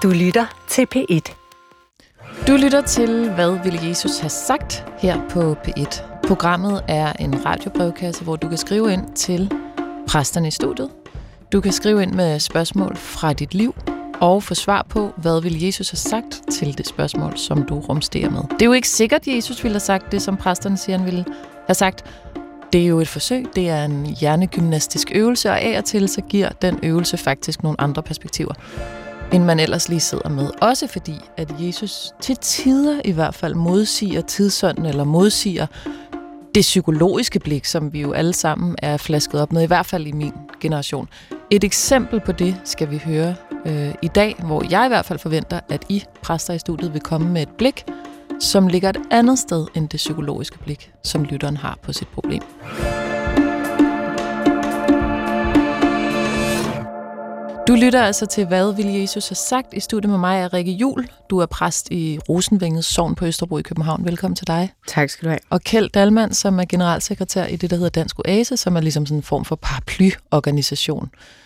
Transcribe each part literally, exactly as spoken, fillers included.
Du lytter til P et. Du lytter til, hvad ville Jesus have sagt her på P et. Programmet er en radiobrevkasse, hvor du kan skrive ind til præsterne i studiet. Du kan skrive ind med spørgsmål fra dit liv og få svar på, hvad ville Jesus have sagt til det spørgsmål, som du rumsterer med. Det er jo ikke sikkert, at Jesus ville have sagt det, som præsterne siger, han ville have sagt. Det er jo et forsøg. Det er en hjernegymnastisk øvelse, og af og til så giver den øvelse faktisk nogle andre perspektiver, end man ellers lige sidder med. Også fordi, at Jesus til tider i hvert fald modsiger tidsånden, eller modsiger det psykologiske blik, som vi jo alle sammen er flasket op med, i hvert fald i min generation. Et eksempel på det skal vi høre øh, i dag, hvor jeg i hvert fald forventer, at I præster i studiet vil komme med et blik, som ligger et andet sted end det psykologiske blik, som lytteren har på sit problem. Du lytter altså til, hvad ville Jesus have sagt? I studiet med mig er Rikke Juhl. Du er præst i Rosenvænget Sogn på Østerbro i København. Velkommen til dig. Tak skal du have. Og Kjeld Dalman, som er generalsekretær i det, der hedder Dansk Oase, som er ligesom sådan en form for paraplyorganisation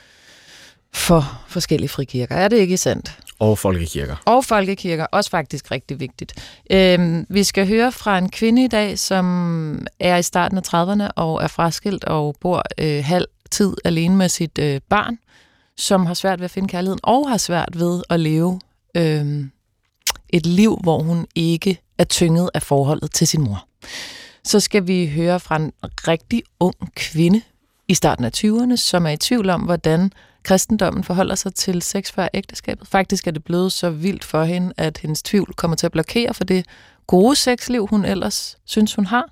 for forskellige frikirker. Er det ikke sandt? Og folkekirker. Og folkekirker, også faktisk rigtig vigtigt. Øhm, vi skal høre fra en kvinde i dag, som er i starten af trediverne og er fraskilt og bor øh, halv tid alene med sit øh, barn, som har svært ved at finde kærligheden, og har svært ved at leve øh, et liv, hvor hun ikke er tynget af forholdet til sin mor. Så skal vi høre fra en rigtig ung kvinde i starten af tyverne, som er i tvivl om, hvordan kristendommen forholder sig til sex før ægteskabet. Faktisk er det blevet så vildt for hende, at hendes tvivl kommer til at blokere for det gode sexliv, hun ellers synes, hun har.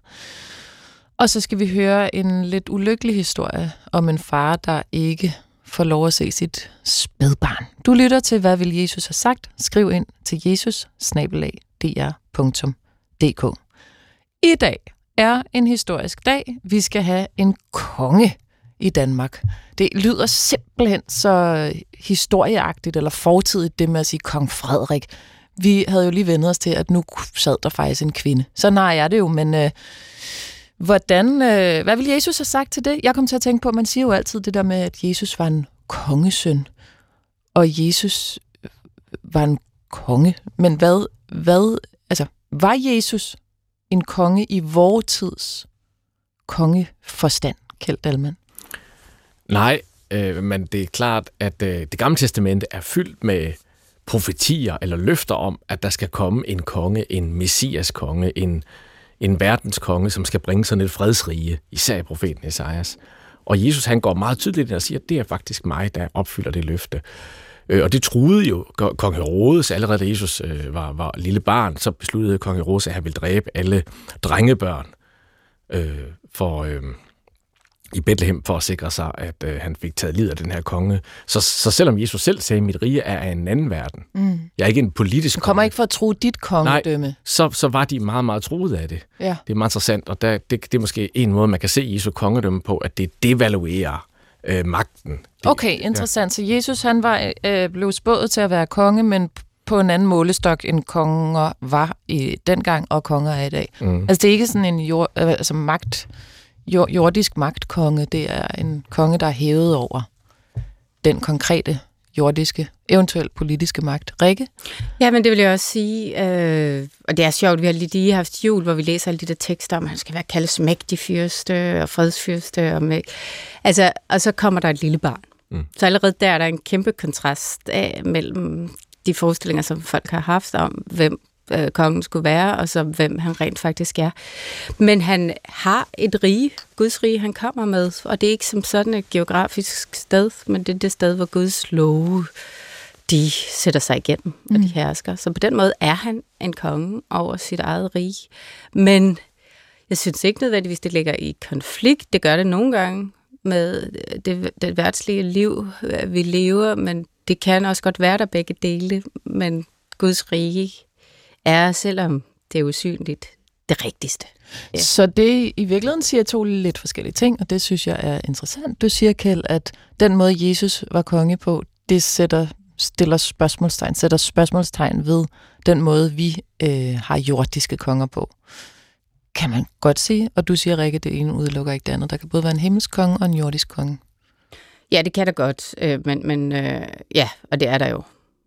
Og så skal vi høre en lidt ulykkelig historie om en far, der ikke får lov at se sit spædbarn. Du lytter til, hvad vil Jesus have sagt? Skriv ind til jesus bindestreg d r punktum d k. I dag er en historisk dag. Vi skal have en konge i Danmark. Det lyder simpelthen så historieagtigt eller fortidigt, det med at sige kong Frederik. Vi havde jo lige vendt os til, at nu sad der faktisk en kvinde. Så nej, er det jo, men øh, hvordan, øh, hvad vil Jesus have sagt til det? Jeg kom til at tænke på, at man siger jo altid det der med, at Jesus var en kongesøn, og Jesus var en konge. Men hvad, hvad, altså, var Jesus en konge i vor tids kongeforstand, Kjeld Dalman? Nej, øh, men det er klart, at øh, det gamle testamente er fyldt med profetier eller løfter om, at der skal komme en konge, en messias konge, en, en verdenskonge, som skal bringe sådan et fredsrige, især i profeten Esajas. Og Jesus, han går meget tydeligt ind og siger, at det er faktisk mig, der opfylder det løfte. Øh, og det truede jo kong Herodes, allerede da Jesus øh, var, var lille barn, så besluttede kong Herodes, at han ville dræbe alle drengebørn øh, for... Øh, i Bethlehem for at sikre sig, at øh, han fik taget livet af den her konge. Så, så selvom Jesus selv sagde, at mit rige er af en anden verden, mm. jeg er ikke en politisk konge. Du kommer ikke for at tro dit kongedømme. Nej, så, så var de meget, meget truet af det. Ja. Det er meget interessant, og der, det, det er måske en måde, man kan se Jesu kongedømme på, at det devaluerer øh, magten. Det, okay, interessant. Ja. Så Jesus, han var øh, blev spået til at være konge, men på en anden målestok, end konger var i dengang, og konger er i dag. Mm. Altså, det er ikke sådan en jord, altså magt... jordisk magtkonge, det er en konge, der er hævet over den konkrete jordiske, eventuelt politiske magt. Rikke? Ja, men det vil jeg også sige, øh, og det er sjovt, vi har lige haft jul, hvor vi læser alle de der tekster om, at han skal være kaldes mægtig fyrste og fredsfyrste. Og, mæg... altså, og så kommer der et lille barn. Mm. Så allerede der er der en kæmpe kontrast af, mellem de forestillinger, som folk har haft om, hvem øh, kongen skulle være, og så hvem han rent faktisk er. Men han har et rige, Guds rige, han kommer med, og det er ikke som sådan et geografisk sted, men det er det sted, hvor Guds love, de sætter sig igennem, og de hersker. Så på den måde er han en konge over sit eget rige. Men jeg synes ikke nødvendigvis, det ligger i konflikt. Det gør det nogle gange med det, det værtslige liv, vi lever, men det kan også godt være der begge dele. Men Guds rige er, selvom det er usynligt, det rigtigste. Ja. Så det i virkeligheden siger to lidt forskellige ting, og det synes jeg er interessant. Du siger, Kjeld, at den måde, Jesus var konge på, det sætter, stiller spørgsmålstegn, sætter spørgsmålstegn ved den måde, vi øh, har jordiske konger på. Kan man godt sige, og du siger, Rikke, det ene udelukker ikke det andet. Der kan både være en himmelsk konge og en jordisk konge. Ja, det kan der godt, øh, men, men øh, ja, og det er der jo.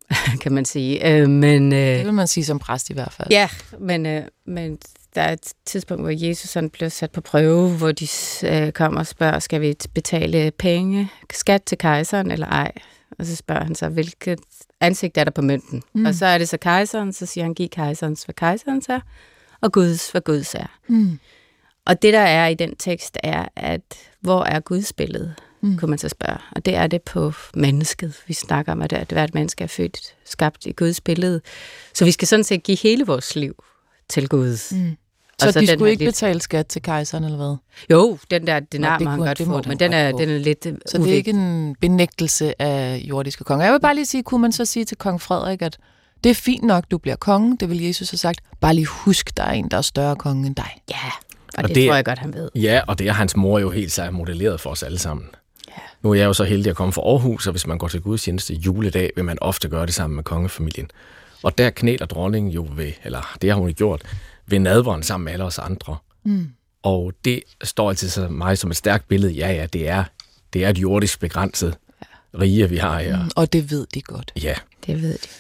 kan man sige. Øh, men, øh, det vil man sige som præst i hvert fald. Ja, men, øh, men der er et tidspunkt, hvor Jesus han bliver sat på prøve, hvor de øh, kommer og spørger, skal vi betale penge, skat til kejseren eller ej? Og så spørger han så, hvilket ansigt er der på mønten? Mm. Og så er det så kejseren, så siger han, giv kejserens, hvad kejserens er, og Guds, hvad Guds er. Mm. Og det, der er i den tekst, er, at hvor er Guds billede, mm. kunne man så spørge. Og det er det på mennesket. Vi snakker om, at hvert menneske er født, skabt i Guds billede. Så vi skal sådan set give hele vores liv til Gud. Mm. Så, så de skulle ikke lidt... betale skat til kejseren, eller hvad? Jo, den der denar må han godt få, men den er, den er lidt Så uvigt. Det er ikke en benægtelse af jordiske konger. Jeg vil bare lige sige, kunne man så sige til kong Frederik, at det er fint nok, du bliver konge, det vil Jesus have sagt. Bare lige husk, der er en, der er større konge end dig. Ja, og, og det, det tror jeg godt, han ved. Ja, og det er hans mor jo helt særligt modelleret for os alle sammen. Ja. Nu er jeg jo så heldig at komme fra Aarhus, og hvis man går til gudstjeneste juledag, vil man ofte gøre det sammen med kongefamilien. Og der knæler dronningen jo ved, eller det har hun gjort, ved nadveren sammen med alle os andre. Mm. Og det står altid så meget som et stærkt billede. Ja, ja, det er, det er et jordisk begrænset ja. rige, vi har her. Mm, og det ved de godt. Ja. Det ved de.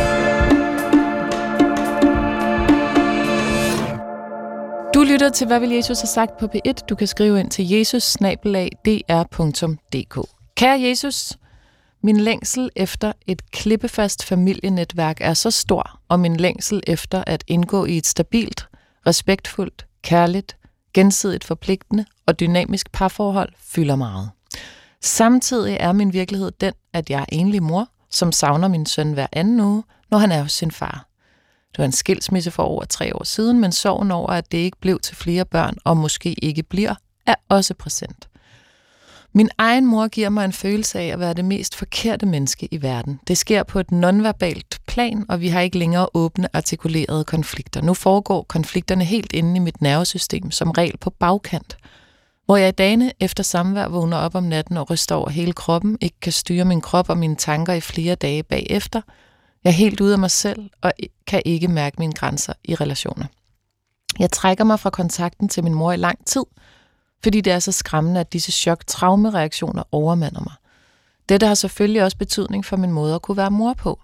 Du lytter til, hvad vil Jesus have sagt på P et. Du kan skrive ind til jesus bindestreg d r punktum d k. Kære Jesus, min længsel efter et klippefast familienetværk er så stor, og min længsel efter at indgå i et stabilt, respektfuldt, kærligt, gensidigt forpligtende og dynamisk parforhold fylder meget. Samtidig er min virkelighed den, at jeg er enlig mor, som savner min søn hver anden uge, når han er hos sin far. Det var en skilsmisse for over tre år siden, men sorgen over, at det ikke blev til flere børn, og måske ikke bliver, er også præsent. Min egen mor giver mig en følelse af at være det mest forkerte menneske i verden. Det sker på et nonverbalt plan, og vi har ikke længere åbne, artikulerede konflikter. Nu foregår konflikterne helt inde i mit nervesystem, som regel på bagkant. Hvor jeg i dagene efter samvær vågner op om natten og ryster over hele kroppen, ikke kan styre min krop og mine tanker i flere dage bagefter. Jeg er helt ude af mig selv og kan ikke mærke mine grænser i relationer. Jeg trækker mig fra kontakten til min mor i lang tid, fordi det er så skræmmende, at disse chok-traumereaktioner overmander mig. Dette har selvfølgelig også betydning for min måde at kunne være mor på.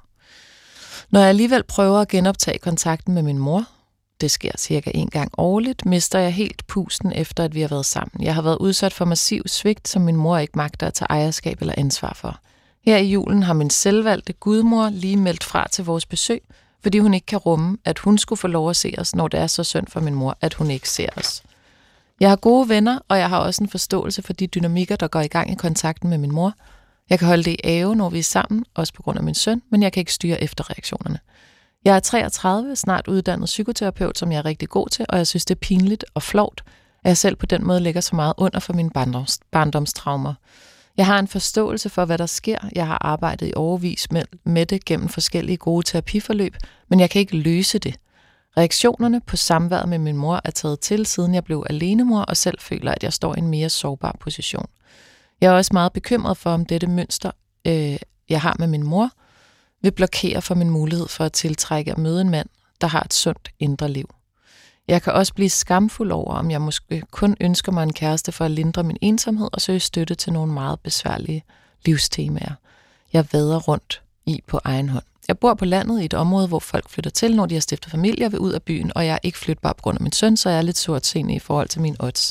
Når jeg alligevel prøver at genoptage kontakten med min mor, det sker cirka en gang årligt, mister jeg helt pusten efter, at vi har været sammen. Jeg har været udsat for massiv svigt, som min mor ikke magter at tage ejerskab eller ansvar for. Her i julen har min selvvalgte gudmor lige meldt fra til vores besøg, fordi hun ikke kan rumme, at hun skulle få lov at se os, når det er så synd for min mor, at hun ikke ser os. Jeg har gode venner, og jeg har også en forståelse for de dynamikker, der går i gang i kontakten med min mor. Jeg kan holde det i ave, når vi er sammen, også på grund af min søn, men jeg kan ikke styre efterreaktionerne. Jeg er treogtredive, snart uddannet psykoterapeut, som jeg er rigtig god til, og jeg synes, det er pinligt og flovt, at jeg selv på den måde lægger så meget under for mine barndoms- barndomstraumer. Jeg har en forståelse for, hvad der sker. Jeg har arbejdet i årevis med, med det gennem forskellige gode terapiforløb, men jeg kan ikke løse det. Reaktionerne på samværet med min mor er taget til, siden jeg blev alenemor og selv føler, at jeg står i en mere sårbar position. Jeg er også meget bekymret for, om dette mønster, øh, jeg har med min mor, vil blokere for min mulighed for at tiltrække og møde en mand, der har et sundt indre liv. Jeg kan også blive skamfuld over, om jeg måske kun ønsker mig en kæreste for at lindre min ensomhed og søge støtte til nogle meget besværlige livstemaer. Jeg vader rundt i på egen hånd. Jeg bor på landet i et område, hvor folk flytter til, når de har stiftet familie og vil ud af byen, og jeg er ikke flytbar på grund af min søn, så jeg er lidt sortseende i forhold til mine odds.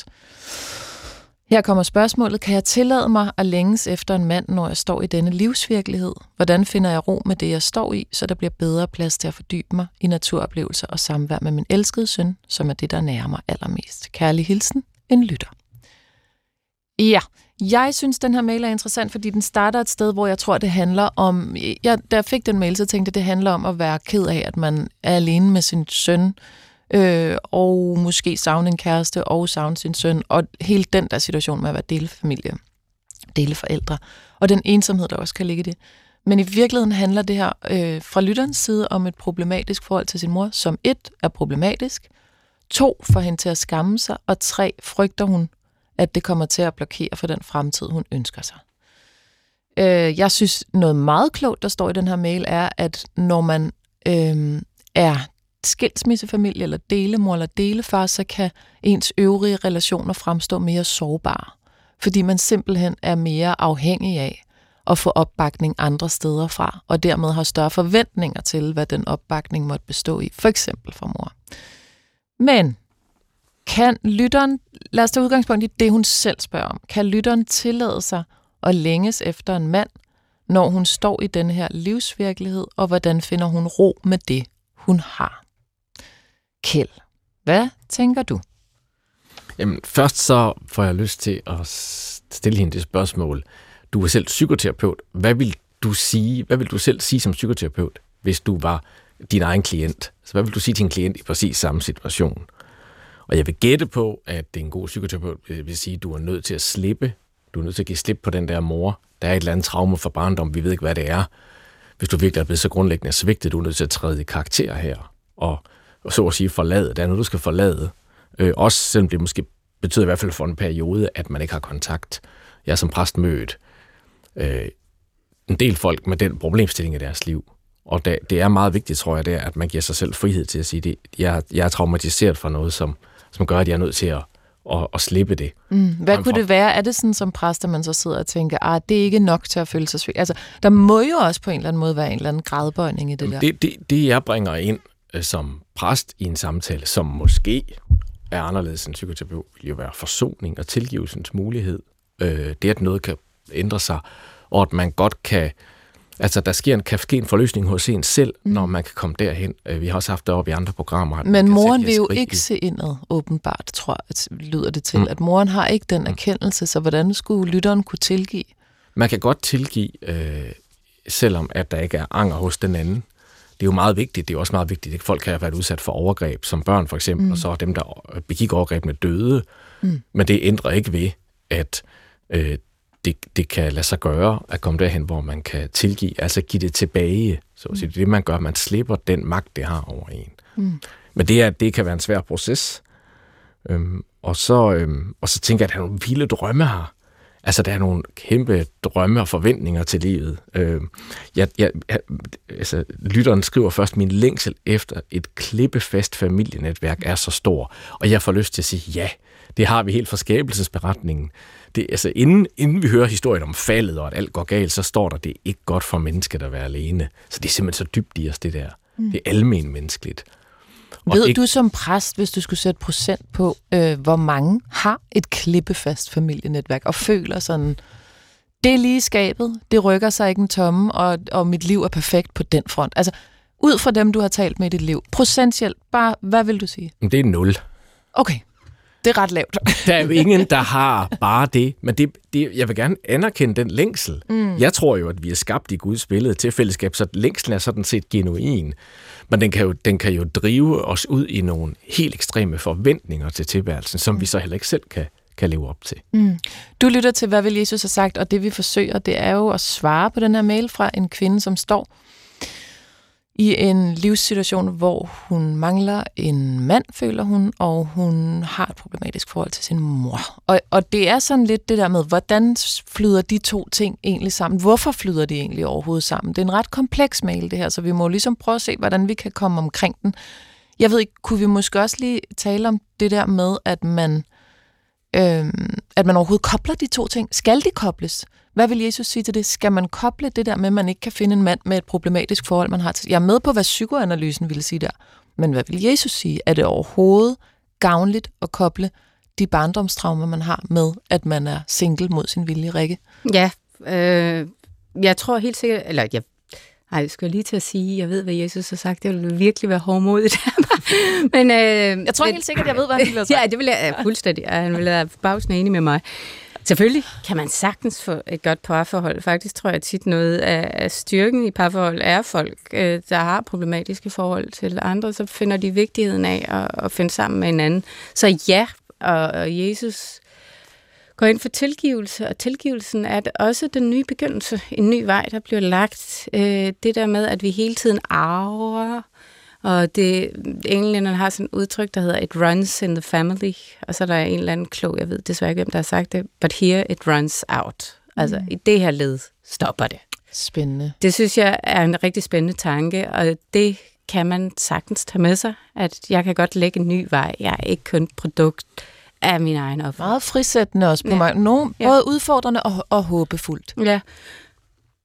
Her kommer spørgsmålet: kan jeg tillade mig at længes efter en mand, når jeg står i denne livsvirkelighed? Hvordan finder jeg ro med det, jeg står i, så der bliver bedre plads til at fordybe mig i naturoplevelser og samvær med min elskede søn, som er det, der nærer mig allermest? Kærlig hilsen, en lytter. Ja, jeg synes, den her mail er interessant, fordi den starter et sted, hvor jeg tror, det handler om... Jeg, da jeg fik den mail, så tænkte jeg, det handler om at være ked af, at man er alene med sin søn, øh, og måske savne en kæreste, og savne sin søn, og hele den der situation med at være delefamilie, deleforældre, og den ensomhed, der også kan ligge i det. Men i virkeligheden handler det her øh, fra lytterens side om et problematisk forhold til sin mor, som et er problematisk, to får hende til at skamme sig, og tre frygter hun, at det kommer til at blokere for den fremtid, hun ønsker sig. Øh, jeg synes, noget meget klogt, der står i den her mail, er, at når man øh, er skilsmissefamilie, eller delemor, eller delefar, så kan ens øvrige relationer fremstå mere sårbare, fordi man simpelthen er mere afhængig af at få opbakning andre steder fra, og dermed har større forventninger til, hvad den opbakning måtte bestå i, for eksempel fra mor. Men kan lytteren, lad os tage udgangspunkt i det, hun selv spørger om, kan lytteren tillade sig at længes efter en mand, når hun står i den her livsvirkelighed, og hvordan finder hun ro med det, hun har? Kjeld, hvad tænker du? Jamen, først så får jeg lyst til at stille hende det spørgsmål. Du er selv psykoterapeut. Hvad vil du sige, hvad vil du selv sige som psykoterapeut, hvis du var din egen klient? Så hvad vil du sige til en klient i præcis samme situation? Og jeg vil gætte på, at det er en god psykoterapeut vil sige, at du er nødt til at slippe. Du er nødt til at give slip på den der mor. Der er et eller andet traume for barndom. Vi ved ikke, hvad det er. Hvis du virkelig er blevet så grundlæggende svigtet, du er nødt til at træde i karakter her. Og, og så at sige forlade. Der er noget, du skal forlade. Øh, også selvom det måske betyder i hvert fald for en periode, at man ikke har kontakt. Jeg er som præst mødt øh, en del folk med den problemstilling i deres liv. Og det, det er meget vigtigt, tror jeg, det er, at man giver sig selv frihed til at sige, at jeg, jeg er traumatiseret for noget, som, som gør, at jeg er nødt til at, at, at slippe det. Mm. Hvad kunne det være? Er det sådan som præst, at man så sidder og tænker, at det er ikke nok til at føle sig svigt? Altså, der må jo også på en eller anden måde være en eller anden gradbøjning i det der. Det, det, det jeg bringer ind øh, som præst i en samtale, som måske er anderledes end psykoterapeut, vil jo være forsoning og tilgivelsens mulighed. Øh, det, at noget kan ændre sig, og at man godt kan... Altså, der sker en, kan ske en forløsning hos en selv, mm. når man kan komme derhen. Vi har også haft det op i andre programmer. Men moren vil jo ikke se indad, åbenbart, tror jeg, at lyder det til. Mm. At moren har ikke den erkendelse, så hvordan skulle lytteren kunne tilgive? Man kan godt tilgive, øh, selvom at der ikke er anger hos den anden. Det er jo meget vigtigt. Det er også meget vigtigt, at folk kan have været udsat for overgreb, som børn for eksempel, mm. og så er dem, der begik overgrebene, døde. Mm. Men det ændrer ikke ved, at... Øh, Det, det kan lade sig gøre at komme derhen, hvor man kan tilgive, altså give det tilbage. Så det er det, man gør. Man slipper den magt, det har over en. Mm. Men det, er, det kan være en svær proces. Øhm, og, så, øhm, og så tænker jeg, at der er nogle vilde drømme her. Altså, der er nogle kæmpe drømme og forventninger til livet. Øhm, jeg, jeg, jeg, altså, lytteren skriver først, min længsel efter et klippefast familienetværk er så stor. Og jeg får lyst til at sige, ja, det har vi helt fra skabelsesberetningen. Det, altså, inden, inden vi hører historien om faldet og at alt går galt, så står der, det er ikke godt for mennesket at være alene. Så det er simpelthen så dybt i os, det der. Mm. Det er almen menneskeligt. Og Ved ikke... du som præst, hvis du skulle sætte procent på, øh, hvor mange har et klippefast familienetværk og føler sådan, det er lige skabet, det rykker sig ikke en tomme, og, og mit liv er perfekt på den front. Altså, ud fra dem, du har talt med i dit liv, procentielt, bare, hvad vil du sige? Det er nul. Okay. Det er ret lavt. Der er jo ingen, der har bare det. Men det, det, jeg vil gerne anerkende den længsel. Mm. Jeg tror jo, at vi er skabt i Guds billede til fællesskab, så længslen er sådan set genuin. Men den kan, jo, den kan jo drive os ud i nogle helt ekstreme forventninger til tilværelsen, som mm. vi så heller ikke selv kan, kan leve op til. Mm. Du lytter til, hvad vil Jesus have sagt, og det vi forsøger, det er jo at svare på den her mail fra en kvinde, som står i en livssituation, hvor hun mangler en mand, føler hun, og hun har et problematisk forhold til sin mor. Og, og det er sådan lidt det der med, hvordan flyder de to ting egentlig sammen? Hvorfor flyder de egentlig overhovedet sammen? Det er en ret kompleks mail, det her, så vi må ligesom prøve at se, hvordan vi kan komme omkring den. Jeg ved ikke, kunne vi måske også lige tale om det der med, at man, øh, at man overhovedet kobler de to ting? Skal de kobles? Hvad vil Jesus sige til det? Skal man koble det der med, at man ikke kan finde en mand med et problematisk forhold, man har til? Jeg er med på, hvad psykoanalysen ville sige der. Men hvad vil Jesus sige? Er det overhovedet gavnligt at koble de barndomstraumer, man har med, at man er single mod sin vilje, Rikke? Ja, øh, jeg tror helt sikkert, eller jeg, ej, jeg skal lige til at sige, jeg ved, hvad Jesus har sagt, det vil virkelig være hårdmodigt. men, øh, jeg tror men, helt sikkert, jeg ved, hvad han ville have sagt. Ja, det vil jeg fuldstændig. Han ville være bagsende enig med mig. Selvfølgelig kan man sagtens få et godt parforhold. Faktisk tror jeg tit noget af styrken i parforhold er folk, der har problematiske forhold til andre, så finder de vigtigheden af at finde sammen med hinanden. Så ja, og Jesus går ind for tilgivelse, og tilgivelsen er også den nye begyndelse, en ny vej, der bliver lagt. Det der med, at vi hele tiden arver, og det, englænderne har sådan et udtryk, der hedder, it runs in the family, og så er der en eller anden klog, jeg ved desværre ikke, hvem der har sagt det, but here it runs out. Altså, mm. i det her led stopper det. Spændende. Det synes jeg er en rigtig spændende tanke, og det kan man sagtens tage med sig, at jeg kan godt lægge en ny vej. Jeg er ikke kun et produkt af min egen opfattelse. Meget frisættende også på ja. mig. Nogle, både ja. udfordrende og, og håbefuldt. Ja.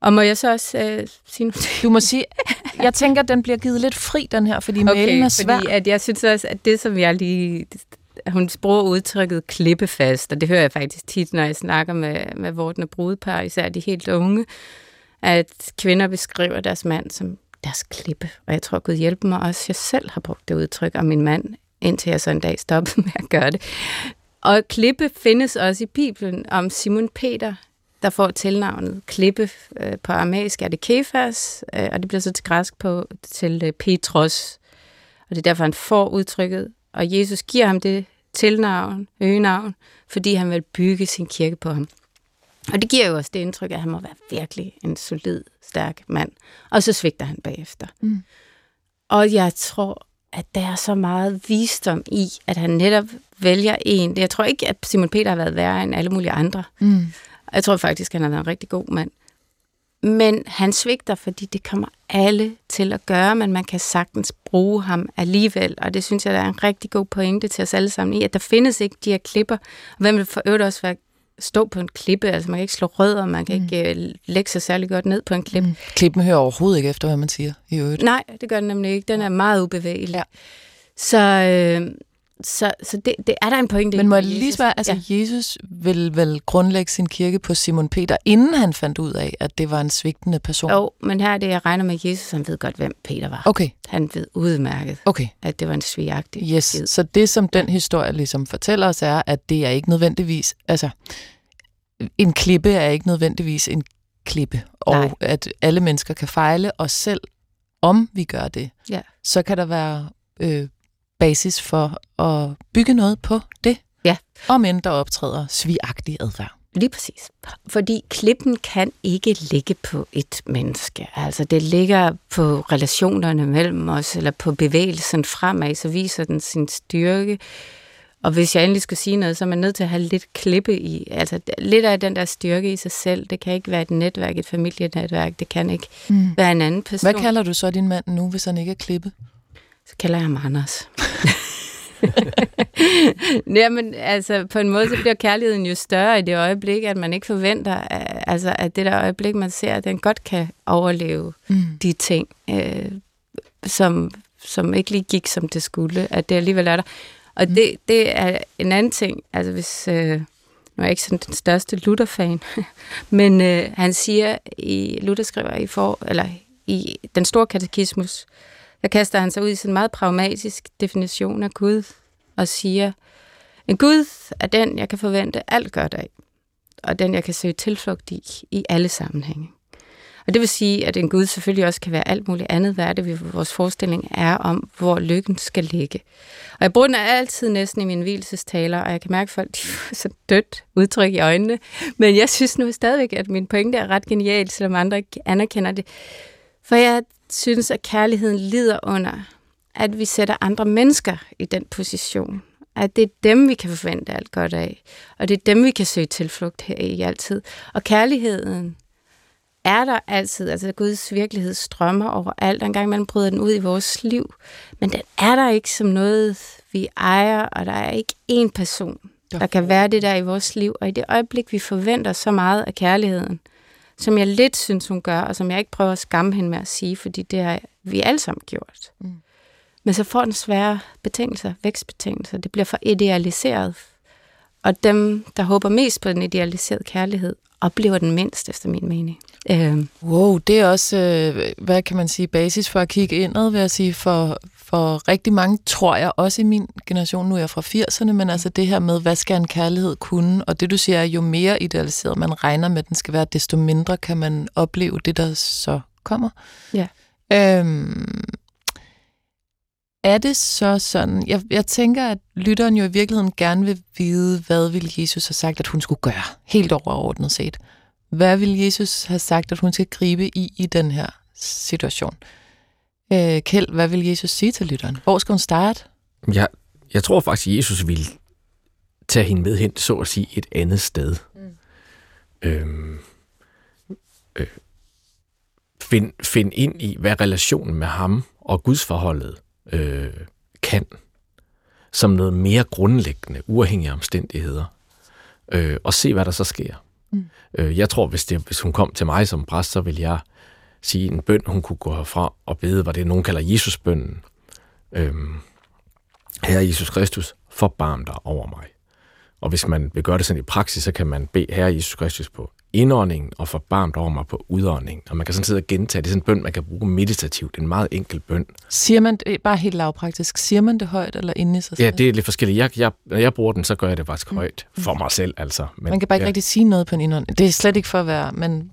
Og må jeg så også øh, sige noget? Du må sige, jeg tænker, at den bliver givet lidt fri, den her, fordi okay, mailen er svær. Fordi at jeg synes også, at det, som jeg lige... Hun bruger udtrykket klippefast, og det hører jeg faktisk tit, når jeg snakker med, med vortende brudepar, især de helt unge, at kvinder beskriver deres mand som deres klippe. Og jeg tror, Gud hjælper mig også. Jeg selv har brugt det udtryk om min mand, indtil jeg så en dag stoppede med at gøre det. Og klippe findes også i Bibelen om Simon Peter, der får tilnavnet klippe. På aramæisk er det Kefas, og det bliver så til græsk på til Petros. Og det er derfor, han får udtrykket. Og Jesus giver ham det tilnavn, øgenavn, fordi han vil bygge sin kirke på ham. Og det giver jo også det indtryk, at han må være virkelig en solid, stærk mand. Og så svigter han bagefter. Mm. Og jeg tror, at der er så meget visdom i, at han netop vælger en. Jeg tror ikke, at Simon Peter har været værre end alle mulige andre. Mm. Jeg tror faktisk, at han har været en rigtig god mand. Men han svigter, fordi det kommer alle til at gøre, men man kan sagtens bruge ham alligevel. Og det synes jeg, der er en rigtig god pointe til os alle sammen i, at der findes ikke de her klipper. Og hvem vil for øvrigt også være, stå på en klippe? Altså man kan ikke slå rødder, man kan mm. ikke uh, lægge sig særlig godt ned på en klippe. Mm. Klippen hører overhovedet ikke efter, hvad man siger i øvrigt. Nej, det gør den nemlig ikke. Den er meget ubevægelig. Ja. Så... Øh, Så, så det, det er der en pointe. Men må jeg lige spørge, altså ja. Jesus ville vel grundlægge sin kirke på Simon Peter, inden han fandt ud af, at det var en svigtende person? Jo, men her er det, jeg regner med, Jesus, han ved godt, hvem Peter var. Okay. Han ved udmærket, okay. at det var en svigagtig. Yes, skid. Så det, som den historie ligesom fortæller os, er, at det er ikke nødvendigvis, altså, en klippe er ikke nødvendigvis en klippe, og Nej. At alle mennesker kan fejle, og selv om vi gør det, ja. Så kan der være... Øh, basis for at bygge noget på det, ja. Om end der optræder svigagtig adfærd. Lige præcis. Fordi klippen kan ikke ligge på et menneske. Altså det ligger på relationerne mellem os, eller på bevægelsen fremad, så viser den sin styrke. Og hvis jeg endelig skulle sige noget, så er man nødt til at have lidt klippe i. Altså lidt af den der styrke i sig selv. Det kan ikke være et netværk, et familienetværk. Det kan ikke mm. være en anden person. Hvad kalder du så din mand nu, hvis han ikke er klippe? Så kalder jeg ham Anders. Jamen, altså, på en måde, så bliver kærligheden jo større i det øjeblik, at man ikke forventer, altså, at det der øjeblik, man ser, at den godt kan overleve mm. de ting, øh, som, som ikke lige gik, som det skulle, at det alligevel er der. Og mm. det, det er en anden ting, altså hvis, øh, nu er jeg ikke sådan den største Luther-fan, men øh, han siger, i Luther skriver i, for, eller i den store katekismus, der kaster han sig ud i sådan en meget pragmatisk definition af Gud, og siger, en Gud er den, jeg kan forvente alt godt af, og den, jeg kan søge tilflugt i, i alle sammenhænge. Og det vil sige, at en Gud selvfølgelig også kan være alt muligt andet, hvad det vores forestilling er om, hvor lykken skal ligge. Og jeg bruger den altid næsten i mine hvilelsestaler, og jeg kan mærke, at folk de får så dødt udtryk i øjnene, men jeg synes nu stadigvæk, at min pointe er ret genial, selvom andre ikke anerkender det. For jeg synes, at kærligheden lider under, at vi sætter andre mennesker i den position. At det er dem, vi kan forvente alt godt af. Og det er dem, vi kan søge tilflugt her i altid. Og kærligheden er der altid. Altså Guds virkelighed strømmer overalt. Og en gang imellem bryder den ud i vores liv. Men den er der ikke som noget, vi ejer. Og der er ikke én person, der kan være det der i vores liv. Og i det øjeblik, vi forventer så meget af kærligheden, som jeg lidt synes, hun gør, og som jeg ikke prøver at skamme hende med at sige, fordi det har vi alle sammen gjort. Mm. Men så får den svære betingelser, vækstbetingelser. Det bliver for idealiseret. Og dem, der håber mest på den idealiserede kærlighed, oplever den mindst, efter min mening. Øhm. Wow, det er også, øh, hvad kan man sige, basis for at kigge indad, vil jeg sige, for, for rigtig mange, tror jeg, også i min generation, nu er jeg fra firserne, men altså det her med, hvad skal en kærlighed kunne? Og det du siger, jo mere idealiseret man regner med, den skal være, desto mindre kan man opleve det, der så kommer. Ja. Øhm, er det så sådan, jeg, jeg tænker, at lytteren jo i virkeligheden gerne vil vide, hvad ville Jesus have sagt, at hun skulle gøre, helt overordnet set. Hvad vil Jesus have sagt, at hun skal gribe i i den her situation? Øh, Kjeld, hvad vil Jesus sige til lytteren? Hvor skal hun starte? Jeg, jeg tror faktisk, at Jesus ville tage hende med hen, så at sige, et andet sted. Mm. Øhm, øh, find, find ind i, hvad relationen med ham og gudsforholdet øh, kan, som noget mere grundlæggende, uafhængige omstændigheder, øh, og se, hvad der så sker. Mm. Øh, jeg tror, hvis, det, hvis hun kom til mig som præst, så ville jeg sige en bøn, hun kunne gå herfra og bede, hvad det nogen kalder Jesusbønnen. Øhm, Herre Jesus Kristus, forbarm dig over mig. Og hvis man vil gøre det sådan i praksis, så kan man bede Herre Jesus Kristus på indåndingen og forbarm dig over mig på udåndingen. Og man kan sådan sidde og gentage. Det er sådan en bøn, man kan bruge meditativt. Det er en meget enkel bøn. Siger man det, bare helt lavpraktisk, siger man det højt eller inde i sig selv? Ja, det er lidt forskelligt. Jeg, jeg, når jeg bruger den, så gør jeg det faktisk mm. højt for mig selv. Altså. Men, man kan bare ikke ja. rigtig sige noget på en indånding. Det er slet ikke for at være, men...